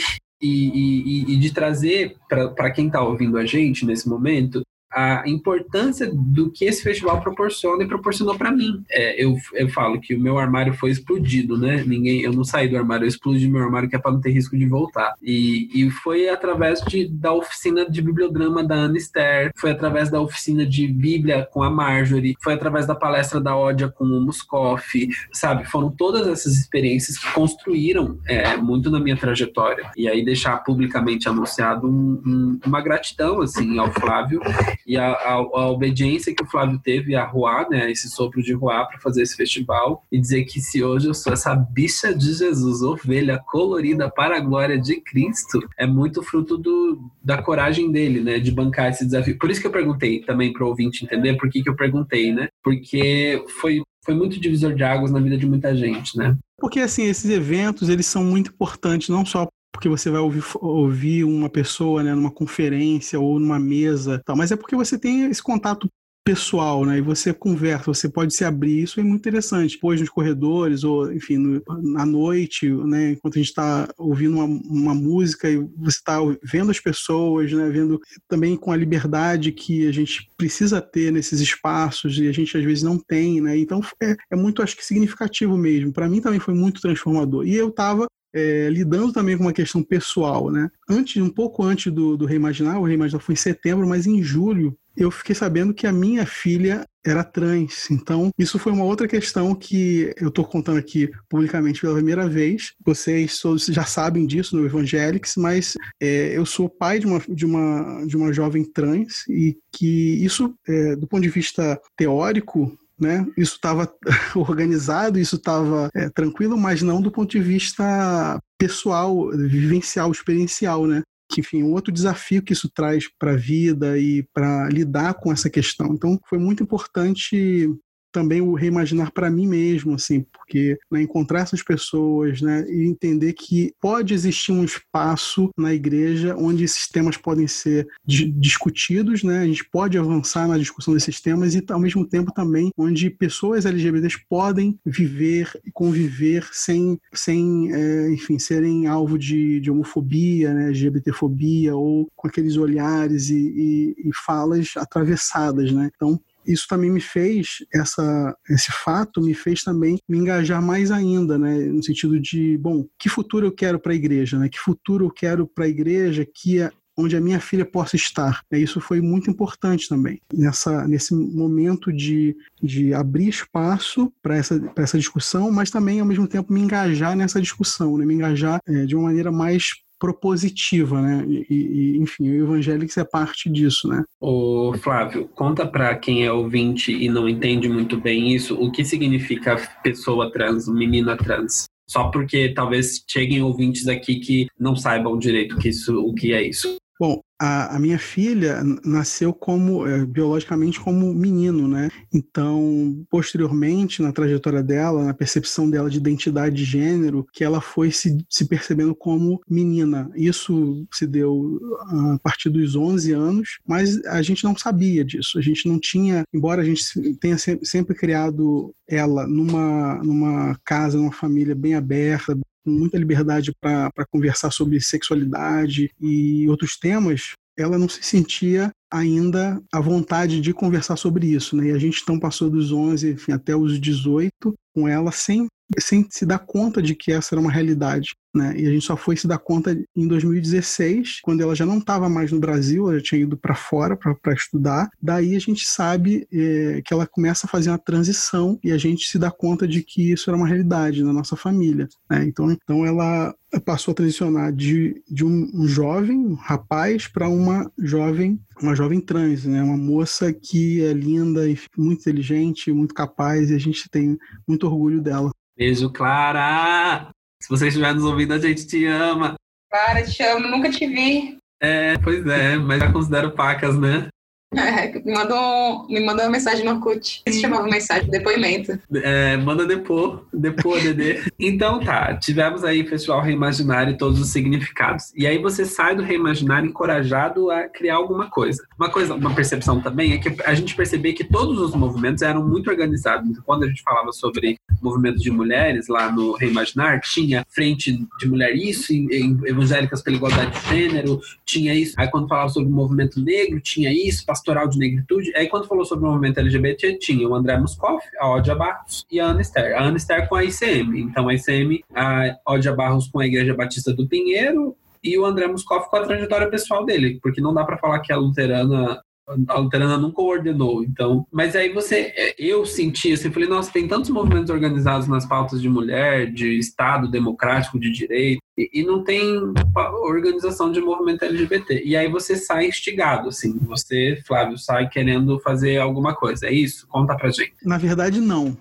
E de trazer para quem está ouvindo a gente nesse momento a importância do que esse festival proporciona e proporcionou para mim. Eu falo que o meu armário foi explodido, né? Eu não saí do armário, eu explodi meu armário, que é para não ter risco de voltar. E foi através da oficina de bibliodrama da Ana Esther, foi através da oficina de Bíblia com a Marjorie, foi através da palestra da Ódia com o Muscoff, sabe? Foram todas essas experiências que construíram muito na minha trajetória. E aí deixar publicamente anunciado uma gratidão, assim, ao Flávio e a obediência que o Flávio teve a Ruá, né, esse sopro de Ruá para fazer esse festival, e dizer que se hoje eu sou essa bicha de Jesus, ovelha colorida para a glória de Cristo, é muito fruto da coragem dele, né, de bancar esse desafio. Por isso que eu perguntei também para o ouvinte entender por que eu perguntei, né, porque foi muito divisor de águas na vida de muita gente, né. Porque, assim, esses eventos, eles são muito importantes, não só porque você vai ouvir uma pessoa, né, numa conferência ou numa mesa, tal, mas é porque você tem esse contato pessoal, né, e você conversa, você pode se abrir, isso é muito interessante. Depois nos corredores, ou enfim, à noite, né, enquanto a gente está ouvindo uma música e você está vendo as pessoas, né, vendo também com a liberdade que a gente precisa ter nesses espaços e a gente às vezes não tem, né, então é muito, acho que significativo mesmo. Para mim também foi muito transformador. E eu estava lidando também com uma questão pessoal, né? Um pouco antes do Reimaginar, o Reimaginar foi em setembro, mas em julho eu fiquei sabendo que a minha filha era trans. Então, isso foi uma outra questão que eu estou contando aqui publicamente pela primeira vez. Vocês todos já sabem disso no Evangelics, mas eu sou pai de uma jovem trans e que isso, do ponto de vista teórico, né, isso estava organizado, isso estava tranquilo, mas não do ponto de vista pessoal, vivencial, experiencial, né? Que, enfim, um outro desafio que isso traz para a vida e para lidar com essa questão. Então, foi muito importante também o reimaginar para mim mesmo, assim, porque, né, encontrar essas pessoas, né, e entender que pode existir um espaço na igreja onde esses temas podem ser discutidos, né, a gente pode avançar na discussão desses temas e, ao mesmo tempo, também onde pessoas LGBTs podem viver e conviver sem enfim, serem alvo de homofobia, né, LGBTfobia, ou com aqueles olhares e falas atravessadas, né? Então, isso também me fez, esse fato me fez também me engajar mais ainda, né? No sentido de, bom, que futuro eu quero para a igreja, né? Que futuro eu quero para a igreja onde a minha filha possa estar. Isso foi muito importante também, nesse momento de abrir espaço para essa discussão, mas também, ao mesmo tempo, me engajar nessa discussão, né? Me engajar de uma maneira mais propositiva, né? E enfim, o Evangelics é parte disso, né? Ô, Flávio, conta para quem é ouvinte e não entende muito bem isso, o que significa pessoa trans, menina trans? Só porque talvez cheguem ouvintes aqui que não saibam direito o que é isso. Bom, a minha filha nasceu biologicamente como menino, né? Então, posteriormente, na trajetória dela, na percepção dela de identidade de gênero, que ela foi se percebendo como menina. Isso se deu a partir dos 11 anos, mas a gente não sabia disso. A gente não tinha, embora a gente tenha sempre criado ela numa casa, numa família bem aberta, com muita liberdade para conversar sobre sexualidade e outros temas, ela não se sentia ainda à vontade de conversar sobre isso, né? E a gente então passou dos 11, enfim, até os 18 com ela sem se dar conta de que essa era uma realidade, né? E a gente só foi se dar conta em 2016, quando ela já não estava mais no Brasil, ela já tinha ido para fora para estudar. Daí a gente sabe que ela começa a fazer uma transição e a gente se dá conta de que isso era uma realidade na nossa família, né? Então ela passou a transicionar de um jovem, um rapaz, para uma jovem trans, né? Uma moça que é linda, muito inteligente, muito capaz, e a gente tem muito orgulho dela. Beijo, Clara! Se você estiver nos ouvindo, a gente te ama. Clara, te amo, nunca te vi. Pois é, mas já considero pacas, né? Me mandou uma mensagem no Orkut. Se chamava mensagem, depoimento. Manda depor, Dedê. Então tá, tivemos aí o Festival Reimaginar e todos os significados. E aí você sai do Reimaginar encorajado a criar alguma coisa. Uma percepção também é que a gente percebia que todos os movimentos eram muito organizados. Então, quando a gente falava sobre movimento de mulheres lá no Reimaginar, tinha frente de mulher isso, evangélicas pela igualdade de gênero, tinha isso. Aí quando falava sobre o movimento negro, tinha isso, pastoral de negritude. Aí quando falou sobre o movimento LGBT, tinha o André Muscoff, a Ódia Barros e a Ana Esther. A Ana Esther com a ICM. Então a ICM, a Ódia Barros com a Igreja Batista do Pinheiro e o André Muscoff com a trajetória pessoal dele, porque não dá para falar que a luterana nunca ordenou, então... Mas aí eu senti, assim, falei, nossa, tem tantos movimentos organizados nas pautas de mulher, de Estado democrático, de direito, e não tem organização de movimento LGBT. E aí você sai instigado, assim, você, Flávio, sai querendo fazer alguma coisa, é isso? Conta pra gente. Na verdade, não.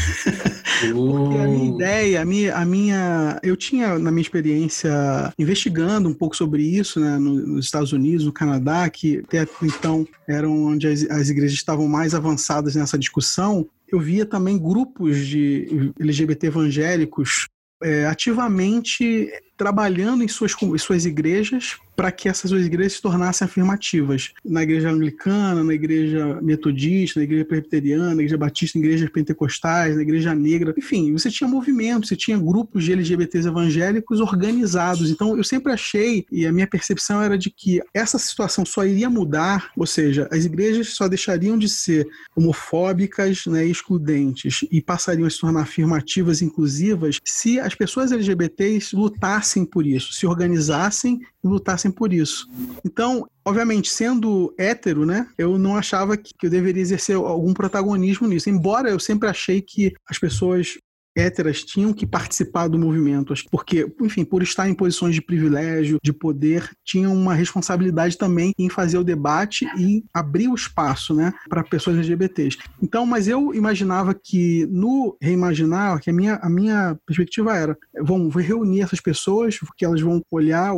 Porque a minha ideia, eu tinha, na minha experiência, investigando um pouco sobre isso, né, nos Estados Unidos, no Canadá, que até então eram onde as igrejas estavam mais avançadas nessa discussão. Eu via também grupos de LGBT evangélicos ativamente trabalhando em suas igrejas para que essas duas igrejas se tornassem afirmativas. Na igreja anglicana, na igreja metodista, na igreja presbiteriana, na igreja batista, na igreja pentecostais, na igreja negra. Enfim, você tinha movimentos, você tinha grupos de LGBTs evangélicos organizados. Então, eu sempre achei, e a minha percepção era de que essa situação só iria mudar, ou seja, as igrejas só deixariam de ser homofóbicas, né, excludentes, e passariam a se tornar afirmativas, inclusivas, se as pessoas LGBTs lutassem por isso, se organizassem e lutassem por isso. Então, obviamente, sendo hétero, né, eu não achava que eu deveria exercer algum protagonismo nisso, embora eu sempre achei que as pessoas héteras tinham que participar do movimento, porque, enfim, por estar em posições de privilégio, de poder, tinham uma responsabilidade também em fazer o debate e abrir o espaço, né, para pessoas LGBTs. Então, mas eu imaginava que no Reimaginar, que a minha perspectiva era, vamos reunir essas pessoas, porque elas vão olhar,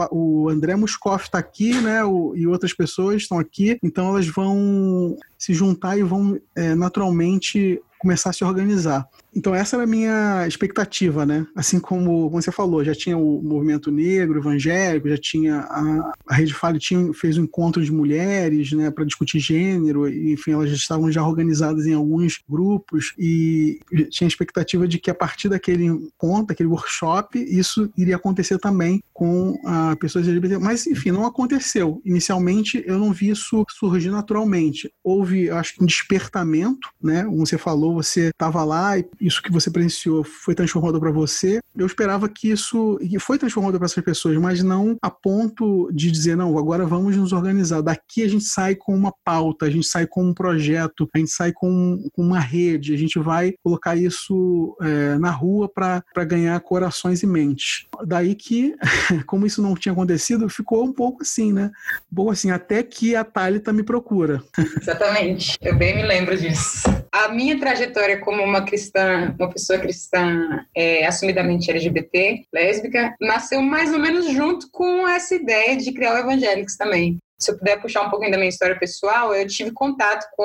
o André Moscoff está aqui, né, e outras pessoas estão aqui, então elas vão se juntar e vão naturalmente começar a se organizar. Então essa era a minha expectativa, né? Assim como você falou, já tinha o movimento negro, evangélico, já tinha a Rede Fale fez um encontro de mulheres, né, para discutir gênero, e, enfim, elas já estavam já organizadas em alguns grupos e tinha a expectativa de que a partir daquele encontro, daquele workshop, isso iria acontecer também com pessoas LGBT. Mas, enfim, não aconteceu. Inicialmente, eu não vi isso surgir naturalmente. Houve, acho que, um despertamento, né? Como você falou, você estava lá e isso que você presenciou foi transformador para você. Eu esperava que isso foi transformador para essas pessoas, mas não a ponto de dizer, não, agora vamos nos organizar. Daqui a gente sai com uma pauta, a gente sai com um projeto, a gente sai com uma rede, a gente vai colocar isso na rua para ganhar corações e mentes. Daí que, como isso não tinha acontecido, ficou um pouco assim, né? Um pouco assim, até que a Thalita me procura. Exatamente, eu bem me lembro disso. A minha trajetória como uma pessoa cristã assumidamente LGBT, lésbica, nasceu mais ou menos junto com essa ideia de criar o Evangelics também. Se eu puder puxar um pouquinho da minha história pessoal, eu tive contato com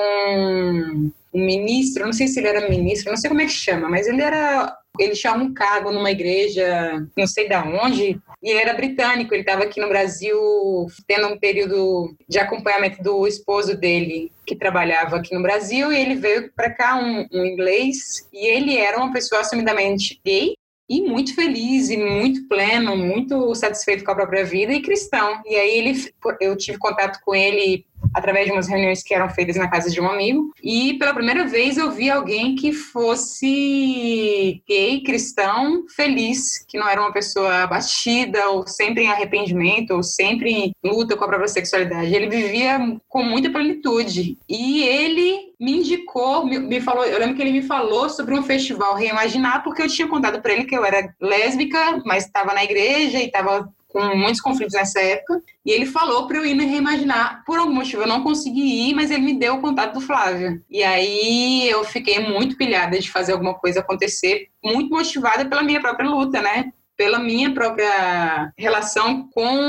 um ministro, não sei se ele era ministro, não sei como é que chama, mas ele tinha um cargo numa igreja, não sei de onde, e ele era britânico, ele estava aqui no Brasil tendo um período de acompanhamento do esposo dele, que trabalhava aqui no Brasil, e ele veio para cá, um inglês, e ele era uma pessoa assumidamente gay, e muito feliz, e muito pleno, muito satisfeito com a própria vida e cristão. E aí eu tive contato com ele através de umas reuniões que eram feitas na casa de um amigo, e pela primeira vez eu vi alguém que fosse gay, cristão, feliz, que não era uma pessoa abatida, ou sempre em arrependimento, ou sempre em luta com a própria sexualidade. Ele vivia com muita plenitude, e ele me indicou, me falou, eu lembro que ele me falou sobre um festival Reimaginar, porque eu tinha contado para ele que eu era lésbica, mas estava na igreja e estava com muitos conflitos nessa época, e ele falou para eu ir no Reimaginar. Por algum motivo eu não consegui ir, mas ele me deu o contato do Flávio. E aí eu fiquei muito pilhada de fazer alguma coisa acontecer, muito motivada pela minha própria luta, né? Pela minha própria relação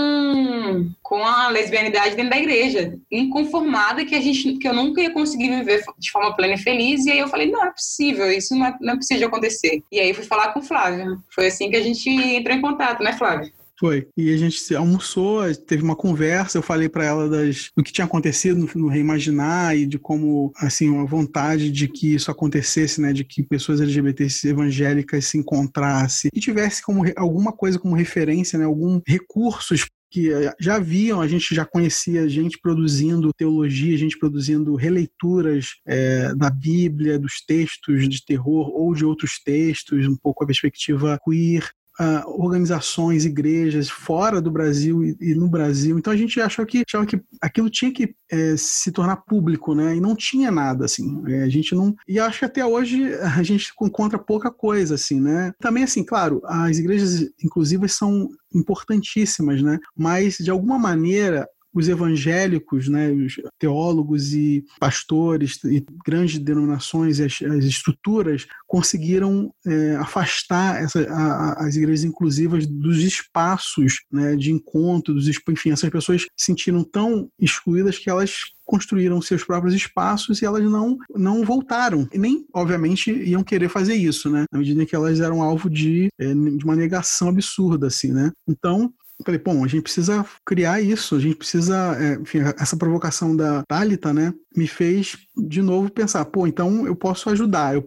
com a lesbianidade dentro da igreja, inconformada que eu nunca ia conseguir viver de forma plena e feliz, e aí eu falei, não é possível, isso não é possível de acontecer. E aí fui falar com o Flávio. Foi assim que a gente entrou em contato, né, Flávio? Foi. E a gente almoçou, teve uma conversa, eu falei para ela do que tinha acontecido no Reimaginar e de como, assim, a vontade de que isso acontecesse, né, de que pessoas LGBTs evangélicas se encontrassem e tivesse alguma coisa como referência, né, algum recursos que já haviam, a gente já conhecia gente produzindo teologia, gente produzindo releituras da Bíblia, dos textos de terror ou de outros textos, um pouco a perspectiva queer, organizações, igrejas fora do Brasil e no Brasil. Então a gente achava que aquilo tinha que se tornar público, né? E não tinha nada, assim. A gente não... E acho que até hoje a gente encontra pouca coisa, assim, né? Também, assim, claro, as igrejas inclusivas são importantíssimas, né? Mas, de alguma maneira, os evangélicos, né, os teólogos e pastores e grandes denominações e as estruturas conseguiram afastar as igrejas inclusivas dos espaços, né, de encontro, enfim, essas pessoas se sentiram tão excluídas que elas construíram seus próprios espaços e elas não voltaram. E nem, obviamente, iam querer fazer isso, né, na medida que elas eram alvo de uma negação absurda, assim, né. Então, eu falei, bom, a gente precisa criar isso, a gente precisa, enfim, essa provocação da Thalita, né, me fez de novo pensar, então eu posso ajudar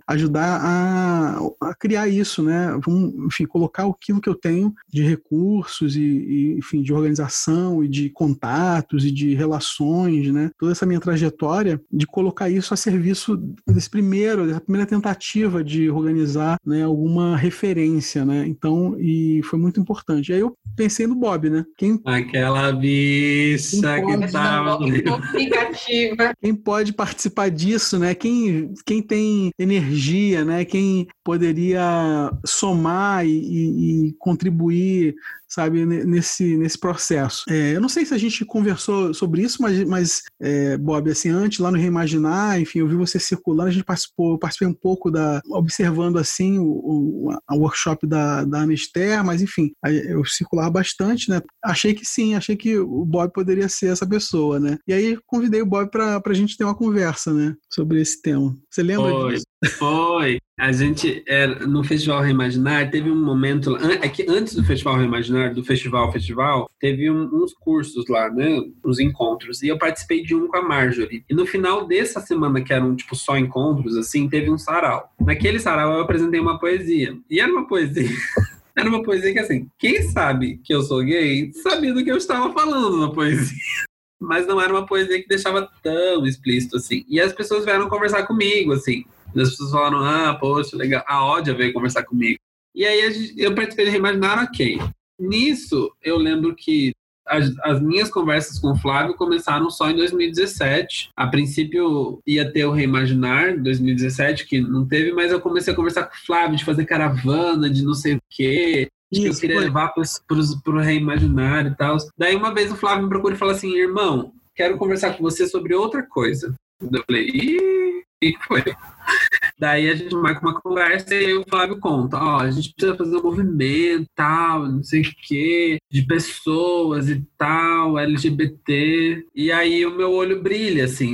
a criar isso, né, vamos, enfim, colocar aquilo que eu tenho de recursos e, enfim, de organização e de contatos e de relações, né, toda essa minha trajetória, de colocar isso a serviço dessa primeira tentativa de organizar, né, alguma referência, né, então, e foi muito importante. E aí eu pensei no Bob, né, aquela bicha que tava... Quem pode participar participar disso, né? Quem tem energia, né? Quem poderia somar e contribuir, sabe, nesse processo. Eu não sei se a gente conversou sobre isso, mas Bob, assim, antes, lá no Reimaginar, enfim, eu vi você circulando, eu participei um pouco observando, assim, o workshop da Ana Esther, mas, enfim, eu circulava bastante, né? Achei que o Bob poderia ser essa pessoa, né? E aí convidei o Bob pra gente ter uma conversa, né, sobre esse tema. Você lembra disso? Foi. A gente, no Festival Reimaginar, teve um momento, que antes do Festival Reimaginar, do festival, teve uns cursos lá, né, uns encontros, e eu participei de um com a Marjorie. E no final dessa semana, que eram, tipo, só encontros, assim, teve um sarau. Naquele sarau eu apresentei uma poesia, e era uma poesia... Era uma poesia que, assim, quem sabe que eu sou gay, sabia do que eu estava falando na poesia. Mas não era uma poesia que deixava tão explícito, assim. E as pessoas vieram conversar comigo, assim. As pessoas falaram, poxa, legal. A Ódia veio conversar comigo. E aí eu participei de Reimaginar, ok. Nisso, eu lembro que as minhas conversas com o Flávio começaram só em 2017. A princípio ia ter o Reimaginar 2017, que não teve, mas eu comecei a conversar com o Flávio de fazer caravana, de não sei o quê. Que eu queria levar pro Reimaginar e tal. Daí uma vez o Flávio me procura e fala assim, irmão, quero conversar com você sobre outra coisa. Eu falei, e foi? Daí a gente marca uma conversa e o Flávio conta, a gente precisa fazer um movimento, tal, não sei o quê, de pessoas e tal, LGBT. E aí o meu olho brilha, assim,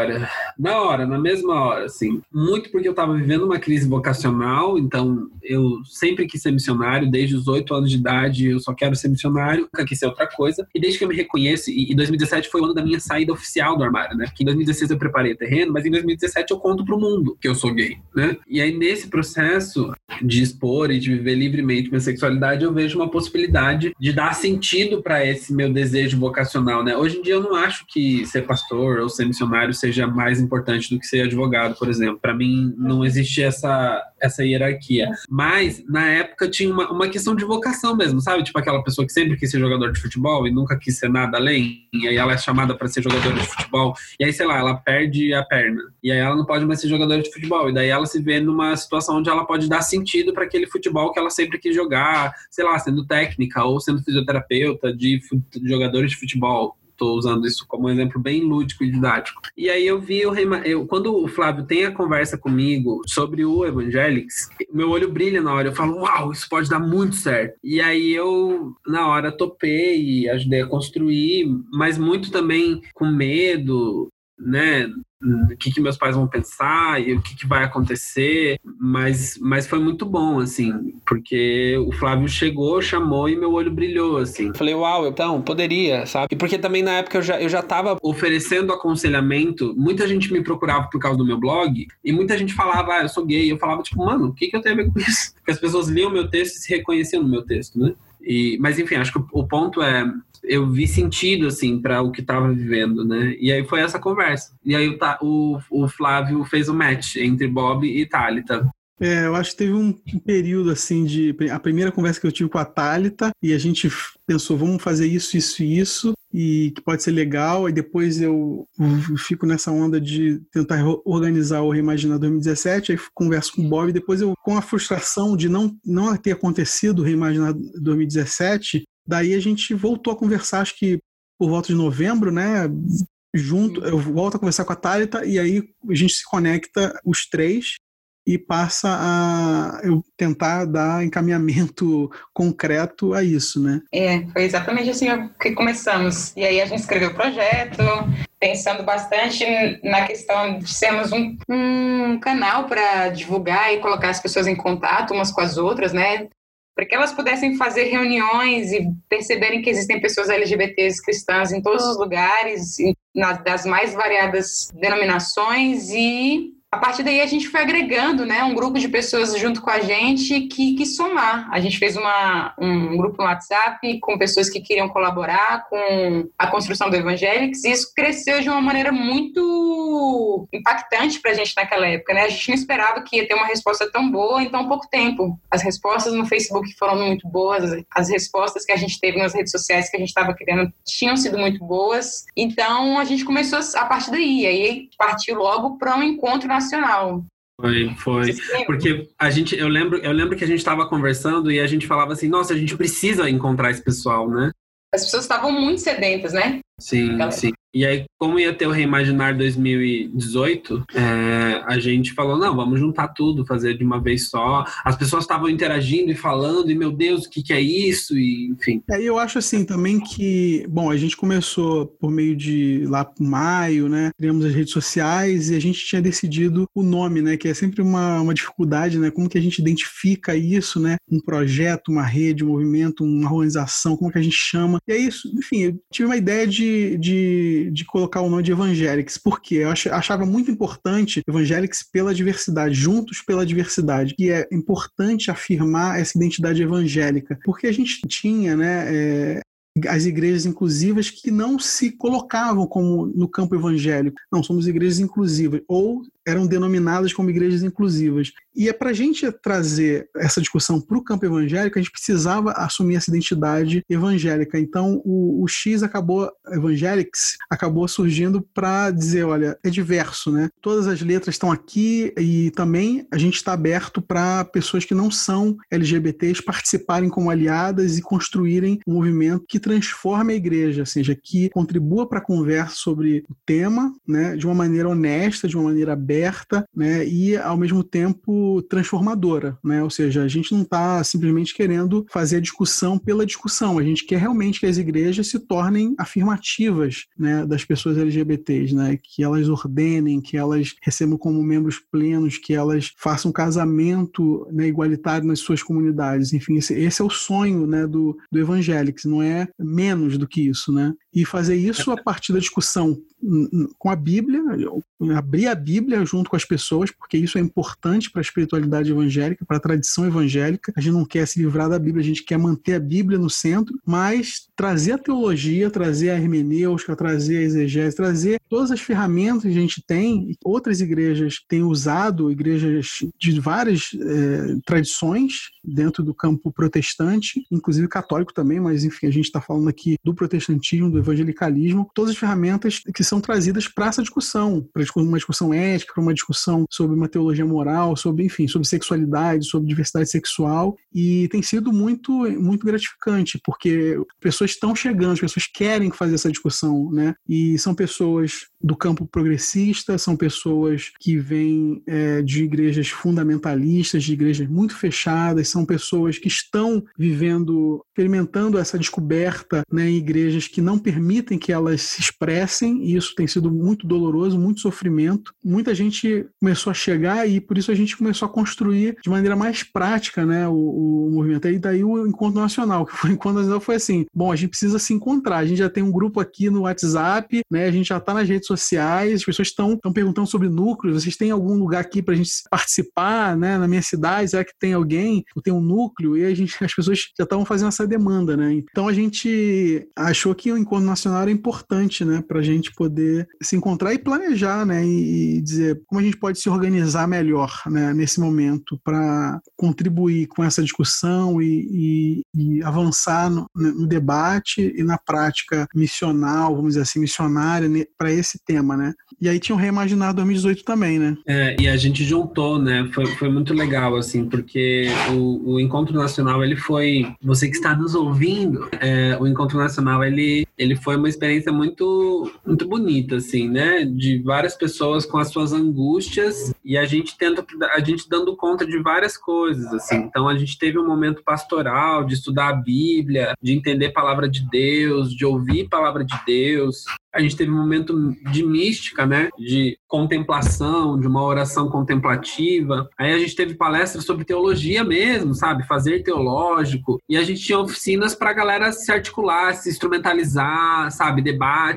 na mesma hora, assim. Muito porque eu tava vivendo uma crise vocacional, então eu sempre quis ser missionário, desde os 8 anos de idade eu só quero ser missionário, nunca quis ser outra coisa. E desde que eu me reconheço, e 2017 foi o ano da minha saída oficial do armário, né? Porque em 2016 eu preparei o terreno, mas em 2017 eu conto pro mundo que eu sou gay, né? E aí nesse processo de expor e de viver livremente minha sexualidade, eu vejo uma possibilidade de dar sentido para esse meu desejo vocacional, né? Hoje em dia eu não acho que ser pastor ou ser missionário seja mais importante do que ser advogado, por exemplo. Para mim não existe essa hierarquia. Mas na época tinha uma questão de vocação mesmo, sabe? Tipo aquela pessoa que sempre quis ser jogador de futebol e nunca quis ser nada além, e aí ela é chamada para ser jogadora de futebol, e aí, sei lá, ela perde a perna, e aí ela não pode mais ser jogadora de futebol, e daí ela se vê numa situação onde ela pode dar sentido para aquele futebol que ela sempre quis jogar, sei lá, sendo técnica ou sendo fisioterapeuta de jogadores de futebol. Estou usando isso como um exemplo bem lúdico e didático. E aí eu vi quando o Flávio tem a conversa comigo sobre o Evangelics, meu olho brilha na hora, eu falo, uau, isso pode dar muito certo. E aí eu, na hora, topei e ajudei a construir, mas muito também com medo, né? O que meus pais vão pensar e o que vai acontecer, mas foi muito bom, assim, porque o Flávio chegou, chamou e meu olho brilhou, assim. Falei, uau, então, poderia, sabe? E porque também na época eu já tava oferecendo aconselhamento, muita gente me procurava por causa do meu blog e muita gente falava, eu sou gay, eu falava, tipo, mano, o que eu tenho a ver com isso? Porque as pessoas liam meu texto e se reconheciam no meu texto, né? Mas enfim, acho que o ponto é, eu vi sentido, assim, para o que estava vivendo, né? E aí foi essa conversa. E aí o Flávio fez o match entre Bob e Thalita. Eu acho que teve um período, assim, a primeira conversa que eu tive com a Thalita, e a gente pensou, vamos fazer isso, isso e isso, e que pode ser legal, e depois eu fico nessa onda de tentar organizar o Reimaginar 2017, aí converso com o Bob, e depois eu, com a frustração de não ter acontecido o Reimaginar 2017, daí a gente voltou a conversar, acho que por volta de novembro, né, eu volto a conversar com a Thalita, e aí a gente se conecta os três, e passa a eu tentar dar encaminhamento concreto a isso, né? Foi exatamente assim que começamos. E aí a gente escreveu o projeto, pensando bastante na questão de sermos um canal para divulgar e colocar as pessoas em contato umas com as outras, né? Para que elas pudessem fazer reuniões e perceberem que existem pessoas LGBTs cristãs em todos os lugares, das mais variadas denominações, e a partir daí a gente foi agregando, né, um grupo de pessoas junto com a gente que quis somar. A gente fez um grupo no WhatsApp com pessoas que queriam colaborar com a construção do Evangelics, e isso cresceu de uma maneira muito muito impactante pra gente naquela época, né? A gente não esperava que ia ter uma resposta tão boa em tão pouco tempo. As respostas no Facebook foram muito boas, as respostas que a gente teve nas redes sociais que a gente estava criando tinham sido muito boas. Então, a gente começou a partir daí. Aí partiu logo para um encontro nacional. Foi. Porque eu lembro que a gente estava conversando e a gente falava assim, nossa, a gente precisa encontrar esse pessoal, né? As pessoas estavam muito sedentas, né? Sim, sim. E aí, como ia ter o Reimaginar 2018, a gente falou, não, vamos juntar tudo, fazer de uma vez só. As pessoas estavam interagindo e falando, e meu Deus, o que é isso? E, enfim. Eu acho assim também que, bom, a gente começou por meio de lá por maio, né? Criamos as redes sociais e a gente tinha decidido o nome, né? Que é sempre uma dificuldade, né? Como que a gente identifica isso, né? Um projeto, uma rede, um movimento, uma organização, como que a gente chama. E é isso, enfim, eu tive uma ideia de colocar o nome de Evangelics, porque eu achava muito importante Evangelics pela diversidade, juntos pela diversidade, e é importante afirmar essa identidade evangélica, porque a gente tinha, né, as igrejas inclusivas que não se colocavam como no campo evangélico. Não, somos igrejas inclusivas, ou eram denominadas como igrejas inclusivas. E para a gente trazer essa discussão para o campo evangélico, a gente precisava assumir essa identidade evangélica. Então, o X Evangelics, acabou surgindo para dizer, olha, é diverso, né? Todas as letras estão aqui e também a gente está aberto para pessoas que não são LGBTs participarem como aliadas e construírem um movimento que transforme a igreja, ou seja, que contribua para a conversa sobre o tema, né, de uma maneira honesta, de uma maneira aberta, né, e ao mesmo tempo transformadora, né? Ou seja, a gente não está simplesmente querendo fazer a discussão pela discussão, a gente quer realmente que as igrejas se tornem afirmativas, né, das pessoas LGBTs, né, que elas ordenem, que elas recebam como membros plenos, que elas façam casamento, né, igualitário nas suas comunidades. Enfim, esse é o sonho, né, do Evangelics, não é menos do que isso, né? E fazer isso a partir da discussão com a Bíblia, abrir a Bíblia junto com as pessoas, porque isso é importante para a espiritualidade evangélica, para a tradição evangélica. A gente não quer se livrar da Bíblia, a gente quer manter a Bíblia no centro, mas trazer a teologia, trazer a hermenêutica, trazer a exegese, trazer todas as ferramentas que a gente tem, e outras igrejas têm usado, igrejas de várias tradições dentro do campo protestante, inclusive católico também, mas enfim, a gente está falando aqui do protestantismo, do evangelicalismo, todas as ferramentas que são trazidas para essa discussão, para uma discussão ética, para uma discussão sobre uma teologia moral, sobre, enfim, sobre sexualidade, sobre diversidade sexual, e tem sido muito, muito gratificante, porque pessoas estão chegando, as pessoas querem fazer essa discussão, né? E são pessoas do campo progressista, são pessoas que vêm de igrejas fundamentalistas, de igrejas muito fechadas, são pessoas que estão experimentando essa descoberta, né, em igrejas que não permitem que elas se expressem, e isso tem sido muito doloroso, muito sofrimento. Muita gente começou a chegar e por isso a gente começou a construir de maneira mais prática, né, o movimento. E daí o Encontro Nacional, que foi o Encontro Nacional, foi assim, bom, a gente precisa se encontrar, a gente já tem um grupo aqui no WhatsApp, né, a gente já está nas redes sociais, as pessoas estão perguntando sobre núcleos, vocês têm algum lugar aqui para a gente participar, né, na minha cidade, será que tem alguém? Ou tem um núcleo? E as pessoas já estavam fazendo essa demanda, né? Então a gente achou que o Encontro Nacional era importante, né, para a gente poder se encontrar e planejar, né, e dizer como a gente pode se organizar melhor, né, nesse momento para contribuir com essa discussão e avançar no debate e na prática missional, vamos dizer assim, missionária para esse tema, né? E aí tinha o Reimaginar 2018 também, né? E a gente juntou, né? Foi muito legal, assim, porque o Encontro Nacional, ele foi... Você que está nos ouvindo, o Encontro Nacional, ele foi uma experiência muito, muito bonita, assim, né? De várias pessoas com as suas angústias e a gente dando conta de várias coisas, assim. Então, a gente teve um momento pastoral, de estudar a Bíblia, de entender a palavra de Deus, de ouvir a palavra de Deus. A gente teve um momento de mística, né? De contemplação, de uma oração contemplativa. Aí a gente teve palestras sobre teologia mesmo, sabe? Fazer teológico. E a gente tinha oficinas para a galera se articular, se instrumentalizar, sabe? Debates.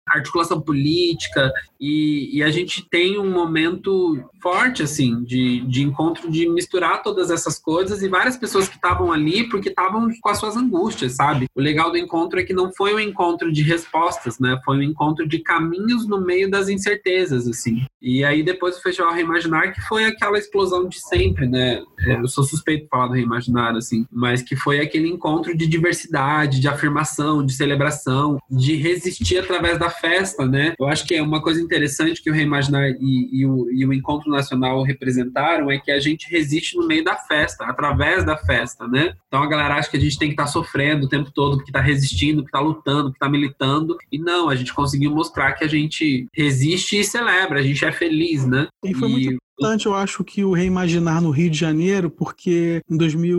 articulação política, e a gente tem um momento forte, assim, de encontro, de misturar todas essas coisas, e várias pessoas que estavam ali porque estavam com as suas angústias, sabe? O legal do encontro é que não foi um encontro de respostas, né? Foi um encontro de caminhos no meio das incertezas, assim. E aí depois o Festival Reimaginar, que foi aquela explosão de sempre, né? Eu sou suspeito de falar do Reimaginar, assim, mas que foi aquele encontro de diversidade, de afirmação, de celebração, de resistir através da festa, né? Eu acho que é uma coisa interessante que o Reimaginar e o Encontro Nacional representaram, é que a gente resiste no meio da festa, através da festa, né? Então a galera acha que a gente tem que estar sofrendo o tempo todo, que está resistindo, que está lutando, que está militando, e não, a gente conseguiu mostrar que a gente resiste e celebra, a gente é feliz, né? E foi muito importante, eu acho, que o Reimaginar no Rio de Janeiro, porque em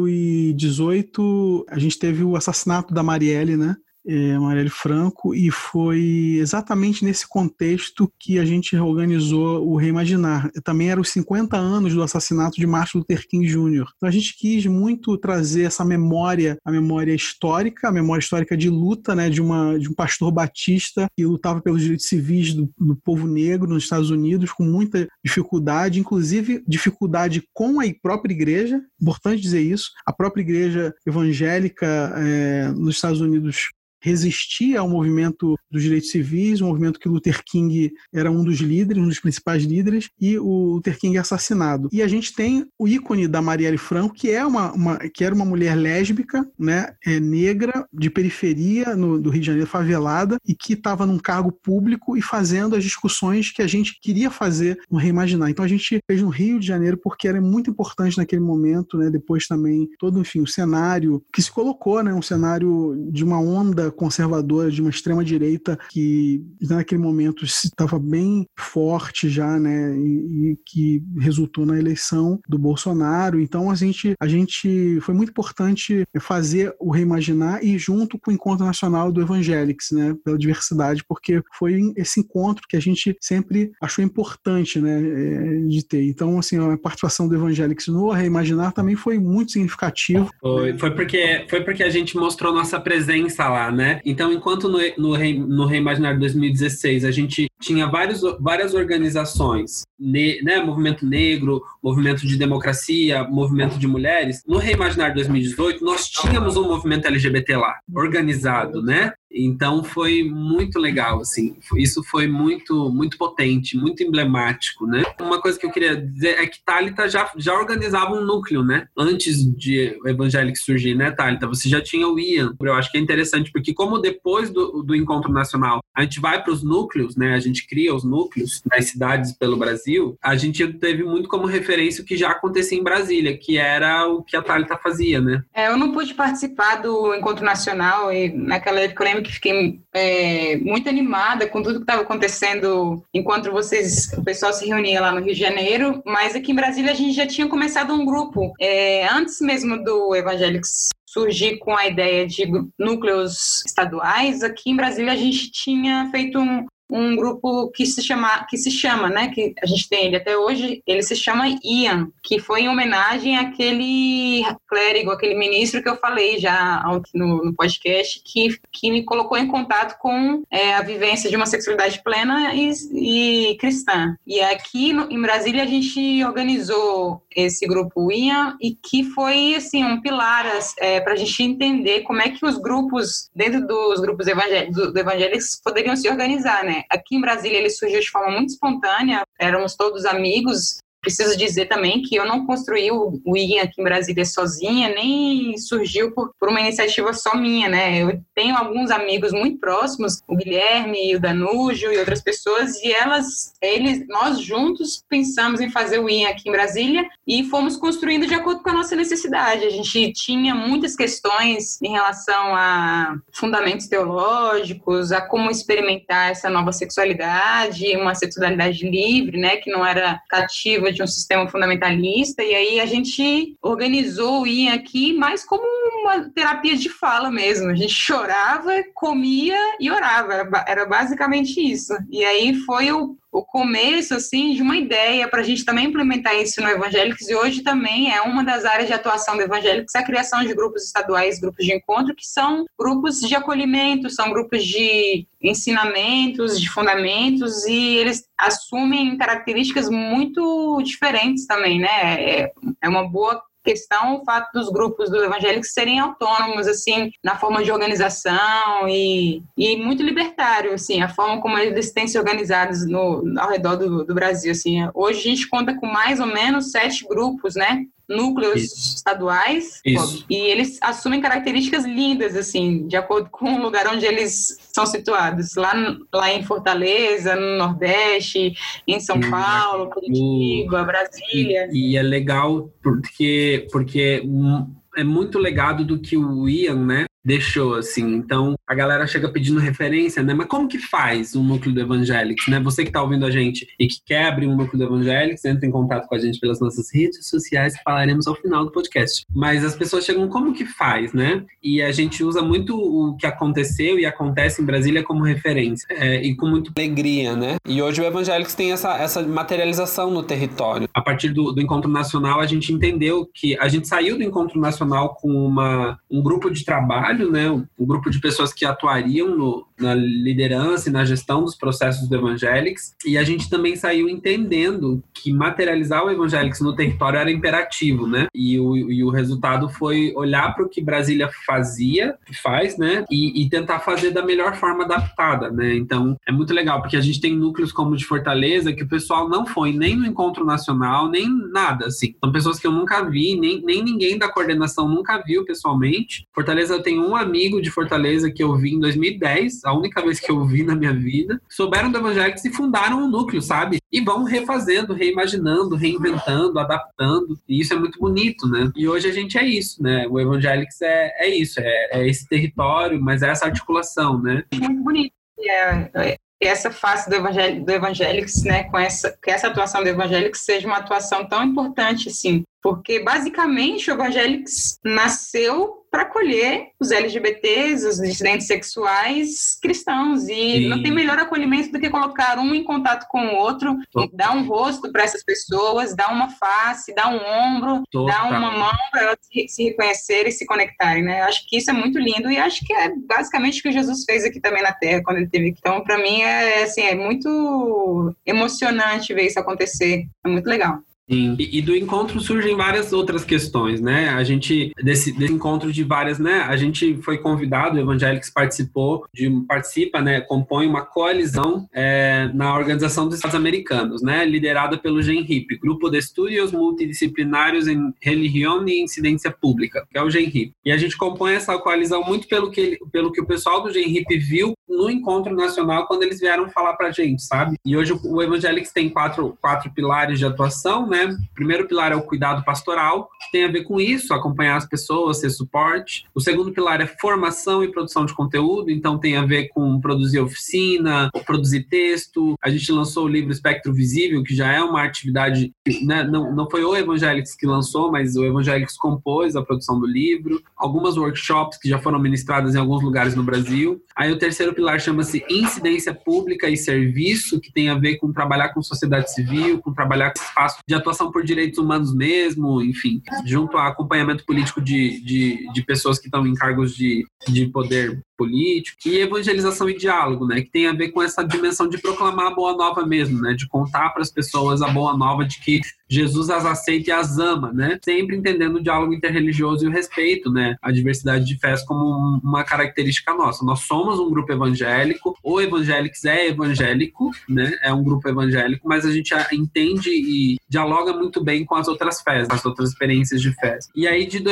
2018 a gente teve o assassinato da Marielle, né? Marielle Franco, e foi exatamente nesse contexto que a gente organizou o Reimaginar. Também eram os 50 anos do assassinato de Martin Luther King Jr. Então a gente quis muito trazer essa memória, a memória histórica de luta, né, de um pastor batista que lutava pelos direitos civis do povo negro nos Estados Unidos, com muita dificuldade, inclusive dificuldade com a própria igreja, importante dizer isso, a própria igreja evangélica nos Estados Unidos resistia ao movimento dos direitos civis, um movimento que Luther King era um dos líderes, um dos principais líderes, e o Luther King é assassinado. E a gente tem o ícone da Marielle Franco, que era uma mulher lésbica, né, negra, de periferia do Rio de Janeiro, favelada, e que estava num cargo público e fazendo as discussões que a gente queria fazer no Reimaginar. Então a gente fez no Rio de Janeiro porque era muito importante naquele momento, né, depois também todo, enfim, o cenário que se colocou, né, um cenário de uma onda conservadora, de uma extrema-direita que naquele momento estava bem forte já, né, e que resultou na eleição do Bolsonaro. Então a gente foi muito importante fazer o Reimaginar e junto com o Encontro Nacional do Evangelics, né, pela diversidade, porque foi esse encontro que a gente sempre achou importante, né, de ter. Então, assim, a participação do Evangelics no Reimaginar também foi muito significativo. Foi porque a gente mostrou nossa presença lá, né? Então, enquanto no Reimaginar 2016 a gente tinha várias organizações, né? Movimento Negro, Movimento de Democracia, Movimento de Mulheres, no Reimaginar 2018 nós tínhamos um movimento LGBT lá, organizado, né? Então foi muito legal, assim, isso foi muito, muito potente, muito emblemático, né? Uma coisa que eu queria dizer é que Thalita já organizava um núcleo, né? Antes de o Evangelics surgir, né, Thalita? Você já tinha o Ian. Eu acho que é interessante, porque como depois do Encontro Nacional a gente vai para os núcleos, né? A gente cria os núcleos nas cidades pelo Brasil, a gente teve muito como referência o que já acontecia em Brasília, que era o que a Thalita fazia, né? Eu não pude participar do Encontro Nacional e naquela época eu lembro que fiquei muito animada com tudo que estava acontecendo enquanto o pessoal se reunia lá no Rio de Janeiro, mas aqui em Brasília a gente já tinha começado um grupo, antes mesmo do Evangelics surgir com a ideia de núcleos estaduais. Aqui em Brasília a gente tinha feito um grupo que se chama, né, que a gente tem ele até hoje, ele se chama Ian, que foi em homenagem àquele clérigo, aquele ministro que eu falei já no podcast, que me colocou em contato com a vivência de uma sexualidade plena e cristã. E aqui em Brasília a gente organizou esse grupo Ian, e que foi assim, um pilar para a gente entender como é que os grupos, dentro dos grupos evangélicos, poderiam se organizar, né? Aqui em Brasília ele surgiu de forma muito espontânea, éramos todos amigos. Preciso dizer também que eu não construí o Ian aqui em Brasília sozinha, nem surgiu por uma iniciativa só minha, né? Eu tenho alguns amigos muito próximos, o Guilherme, o Danúgio e outras pessoas, e nós juntos pensamos em fazer o Ian aqui em Brasília e fomos construindo de acordo com a nossa necessidade. A gente tinha muitas questões em relação a fundamentos teológicos, a como experimentar essa nova sexualidade, uma sexualidade livre, né? Que não era cativa de um sistema fundamentalista, e aí a gente organizou o Ian aqui mais como uma terapia de fala mesmo. A gente chorava, comia e orava, era basicamente isso. E aí foi o o começo, assim, de uma ideia para a gente também implementar isso no Evangelics, e hoje também é uma das áreas de atuação do Evangelics, a criação de grupos estaduais, grupos de encontro, que são grupos de acolhimento, são grupos de ensinamentos, de fundamentos, e eles assumem características muito diferentes também, né? É uma boa questão o fato dos grupos do Evangelics serem autônomos, assim, na forma de organização e muito libertário, assim, a forma como eles têm se organizados ao redor do Brasil, assim. Hoje a gente conta com mais ou menos 7 grupos, né? Núcleos estaduais. E eles assumem características lindas, assim, de acordo com o lugar onde eles são situados. Lá em Fortaleza, no Nordeste, em São Paulo, Curitiba, Brasília. E é legal porque é muito legado do que o Ian, né, deixou, assim. Então, a galera chega pedindo referência, né? Mas como que faz um núcleo do Evangelics, né? Você que tá ouvindo a gente e que quer abrir um núcleo do Evangelics, entra em contato com a gente pelas nossas redes sociais, que falaremos ao final do podcast. Mas as pessoas chegam, como que faz, né? E a gente usa muito o que aconteceu e acontece em Brasília como referência. E com muita alegria, né? E hoje o Evangelics tem essa materialização no território. A partir do Encontro Nacional, a gente entendeu que a gente saiu do Encontro Nacional com um grupo de trabalho, né, um grupo de pessoas que atuariam na liderança e na gestão dos processos do Evangelics, e a gente também saiu entendendo que materializar o Evangelics no território era imperativo, né, e o resultado foi olhar para o que Brasília faz, né, e tentar fazer da melhor forma adaptada, né. Então é muito legal, porque a gente tem núcleos como o de Fortaleza, que o pessoal não foi nem no Encontro Nacional, nem nada, assim. São pessoas que eu nunca vi, nem ninguém da coordenação nunca viu pessoalmente. Fortaleza tem um amigo de Fortaleza que eu vi em 2010, a única vez que eu vi na minha vida, souberam do Evangelics e fundaram um núcleo, sabe? E vão refazendo, reimaginando, reinventando, adaptando, e isso é muito bonito, né? E hoje a gente é isso, né? O Evangelics é isso, é esse território, mas é essa articulação, né? Muito bonito. Essa face do Evangelics, né, que essa atuação do Evangelics seja uma atuação tão importante, assim, porque basicamente o Evangelics nasceu para acolher os LGBTs, os dissidentes sexuais cristãos, e não tem melhor acolhimento do que colocar um em contato com o outro, dar um rosto para essas pessoas, dar uma face, dar um ombro, dar uma mão para elas se reconhecerem e se conectarem, né? Acho que isso é muito lindo e acho que é basicamente o que Jesus fez aqui também na Terra, quando ele esteve aqui. Então, para mim, é muito emocionante ver isso acontecer, é muito legal. Sim. E do encontro surgem várias outras questões, né? A gente, desse encontro de várias, né? A gente foi convidado, o Evangelics participa, né? Compõe uma coalizão na Organização dos Estados Americanos, né? Liderada pelo GENRIP, Grupo de Estudios Multidisciplinares em Religião e Incidência Pública, que é o GENRIP. E a gente compõe essa coalizão muito pelo que o pessoal do GENRIP viu no encontro nacional quando eles vieram falar pra gente, sabe? E hoje o Evangelics tem quatro pilares de atuação, né? O primeiro pilar é o cuidado pastoral, que tem a ver com isso, acompanhar as pessoas, ser suporte. O segundo pilar é formação e produção de conteúdo, então tem a ver com produzir oficina, produzir texto. A gente lançou o livro Espectro Visível, que já é uma atividade, né? Não foi o Evangelics que lançou, mas o Evangelics compôs a produção do livro. Algumas workshops que já foram ministradas em alguns lugares no Brasil. Aí o terceiro pilar chama-se Incidência Pública e Serviço, que tem a ver com trabalhar com sociedade civil, com trabalhar com espaço de atuação por direitos humanos mesmo, enfim, junto a acompanhamento político de pessoas que estão em cargos de poder político, e evangelização e diálogo, né, que tem a ver com essa dimensão de proclamar a boa nova mesmo, né, de contar para as pessoas a boa nova de que Jesus as aceita e as ama, né, sempre entendendo o diálogo interreligioso e o respeito, né, a diversidade de fés como uma característica nossa. Nós somos um grupo evangélico, o Evangelics é evangélico, né, é um grupo evangélico, mas a gente entende e dialoga muito bem com as outras fés, as outras experiências de fés. E aí de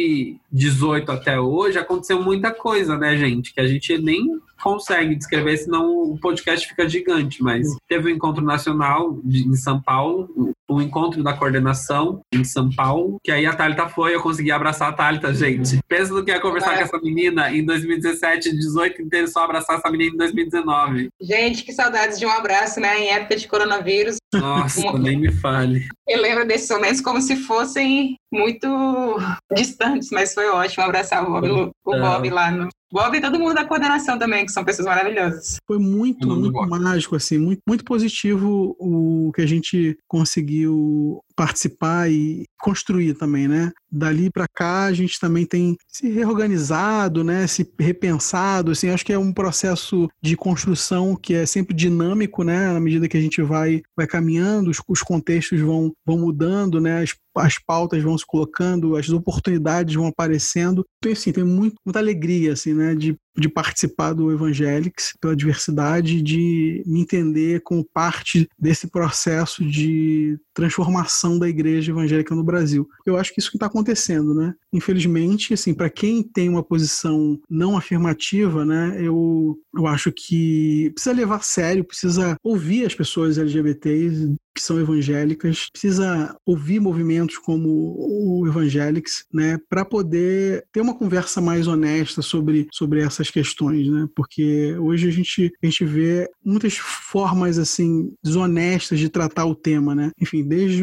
2018 até hoje aconteceu muita coisa, né, gente, que a gente nem consegue descrever, senão o podcast fica gigante, mas teve um encontro nacional em São Paulo, o encontro da coordenação em São Paulo, que aí a Thalita foi, eu consegui abraçar a Thalita, gente. Pensa no que ia conversar com essa menina em 2017, 18 inteiro, só abraçar essa menina em 2019. Gente, que saudades de um abraço, né, em época de coronavírus. Nossa, nem me fale. Eu lembro desses momentos como se fossem muito distantes, mas foi ótimo abraçar o Bob lá Bob e todo mundo da coordenação também, que são pessoas maravilhosas. Foi muito mágico, assim, muito positivo o que a gente conseguiu participar e construir também, né? Dali para cá a gente também tem se reorganizado, né? Se repensado, assim, acho que é um processo de construção que é sempre dinâmico, né? Na medida que a gente vai caminhando, os contextos vão mudando, né? As pautas vão se colocando, as oportunidades vão aparecendo. Então, assim, tem muita alegria, assim, né? De participar do Evangelics, pela diversidade, de me entender como parte desse processo de transformação da igreja evangélica no Brasil. Eu acho que isso que está acontecendo, né? Infelizmente, assim, para quem tem uma posição não afirmativa, né? Eu acho que precisa levar a sério, precisa ouvir as pessoas LGBTs que são evangélicas, precisa ouvir movimentos como o Evangelics, né, para poder ter uma conversa mais honesta sobre essas questões, né, porque hoje a gente vê muitas formas, assim, desonestas de tratar o tema, né, enfim, desde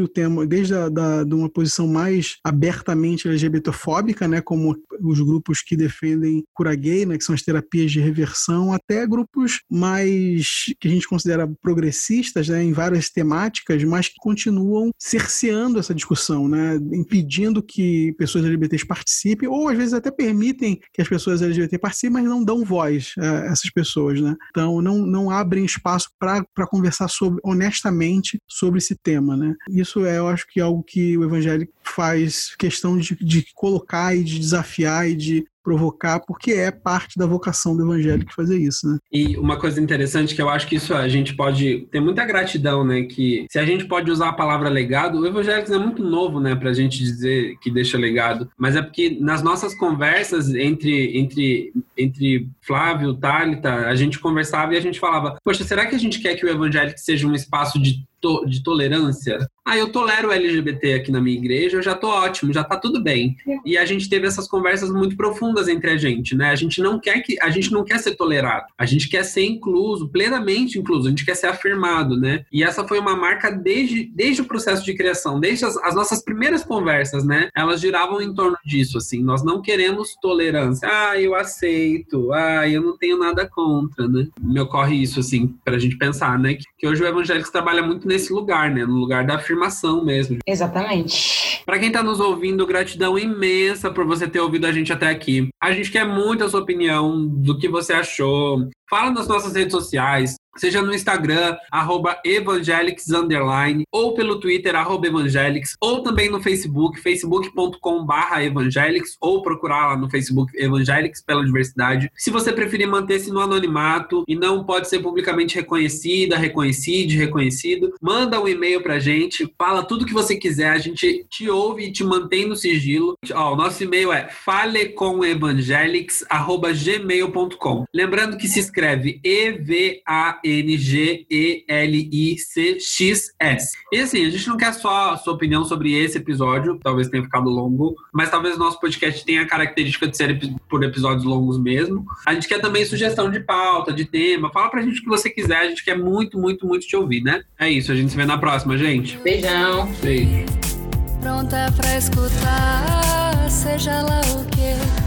de uma posição mais abertamente LGBTfóbica, né, como os grupos que defendem cura gay, né, que são as terapias de reversão, até grupos mais que a gente considera progressistas, né, em várias temáticas, mas que continuam cerceando essa discussão, né? Impedindo que pessoas LGBTs participem, ou às vezes até permitem que as pessoas LGBT participem, mas não dão voz a essas pessoas, né? Então não abrem espaço para conversar honestamente sobre esse tema, né? Isso eu acho que é algo que o Evangelho faz questão de colocar e de desafiar e de provocar, porque é parte da vocação do evangélico fazer isso, né? E uma coisa interessante que eu acho que isso a gente pode ter muita gratidão, né? Que se a gente pode usar a palavra legado, o evangélico é muito novo, né? Pra gente dizer que deixa legado, mas é porque nas nossas conversas entre Flávio, Thalita, a gente conversava e a gente falava, poxa, será que a gente quer que o evangélico seja um espaço de tolerância? Eu tolero o LGBT aqui na minha igreja, eu já tô ótimo, já tá tudo bem. E a gente teve essas conversas muito profundas entre a gente, né? A gente não quer ser tolerado, a gente quer ser incluso, plenamente incluso, a gente quer ser afirmado, né? E essa foi uma marca desde o processo de criação, desde as nossas primeiras conversas, né? Elas giravam em torno disso, assim, nós não queremos tolerância, eu aceito, eu não tenho nada contra, né? Me ocorre isso, assim, pra gente pensar, né? Que hoje o evangélico trabalha muito nesse lugar, né? No lugar da afirmação mesmo. Exatamente. Para quem tá nos ouvindo, gratidão imensa por você ter ouvido a gente até aqui. A gente quer muito a sua opinião, do que você achou. Fala nas nossas redes sociais, seja no Instagram, @evangelics_, ou pelo Twitter, @evangelics, ou também no Facebook, facebook.com/evangelics, ou procurar lá no Facebook Evangelics pela diversidade. Se você preferir manter-se no anonimato e não pode ser publicamente reconhecido, manda um e-mail pra gente, fala tudo que você quiser, a gente te ouve e te mantém no sigilo. O nosso e-mail é falecomevangelics@gmail.com. Lembrando que se escreve EVANGELICXS. E assim, a gente não quer só a sua opinião sobre esse episódio, talvez tenha ficado longo, mas talvez o nosso podcast tenha a característica de ser por episódios longos mesmo. A gente quer também sugestão de pauta, de tema. Fala pra gente o que você quiser, a gente quer muito, muito, muito te ouvir, né? É isso, a gente se vê na próxima, gente. Beijão. Beijo. Pronta pra escutar, seja lá o que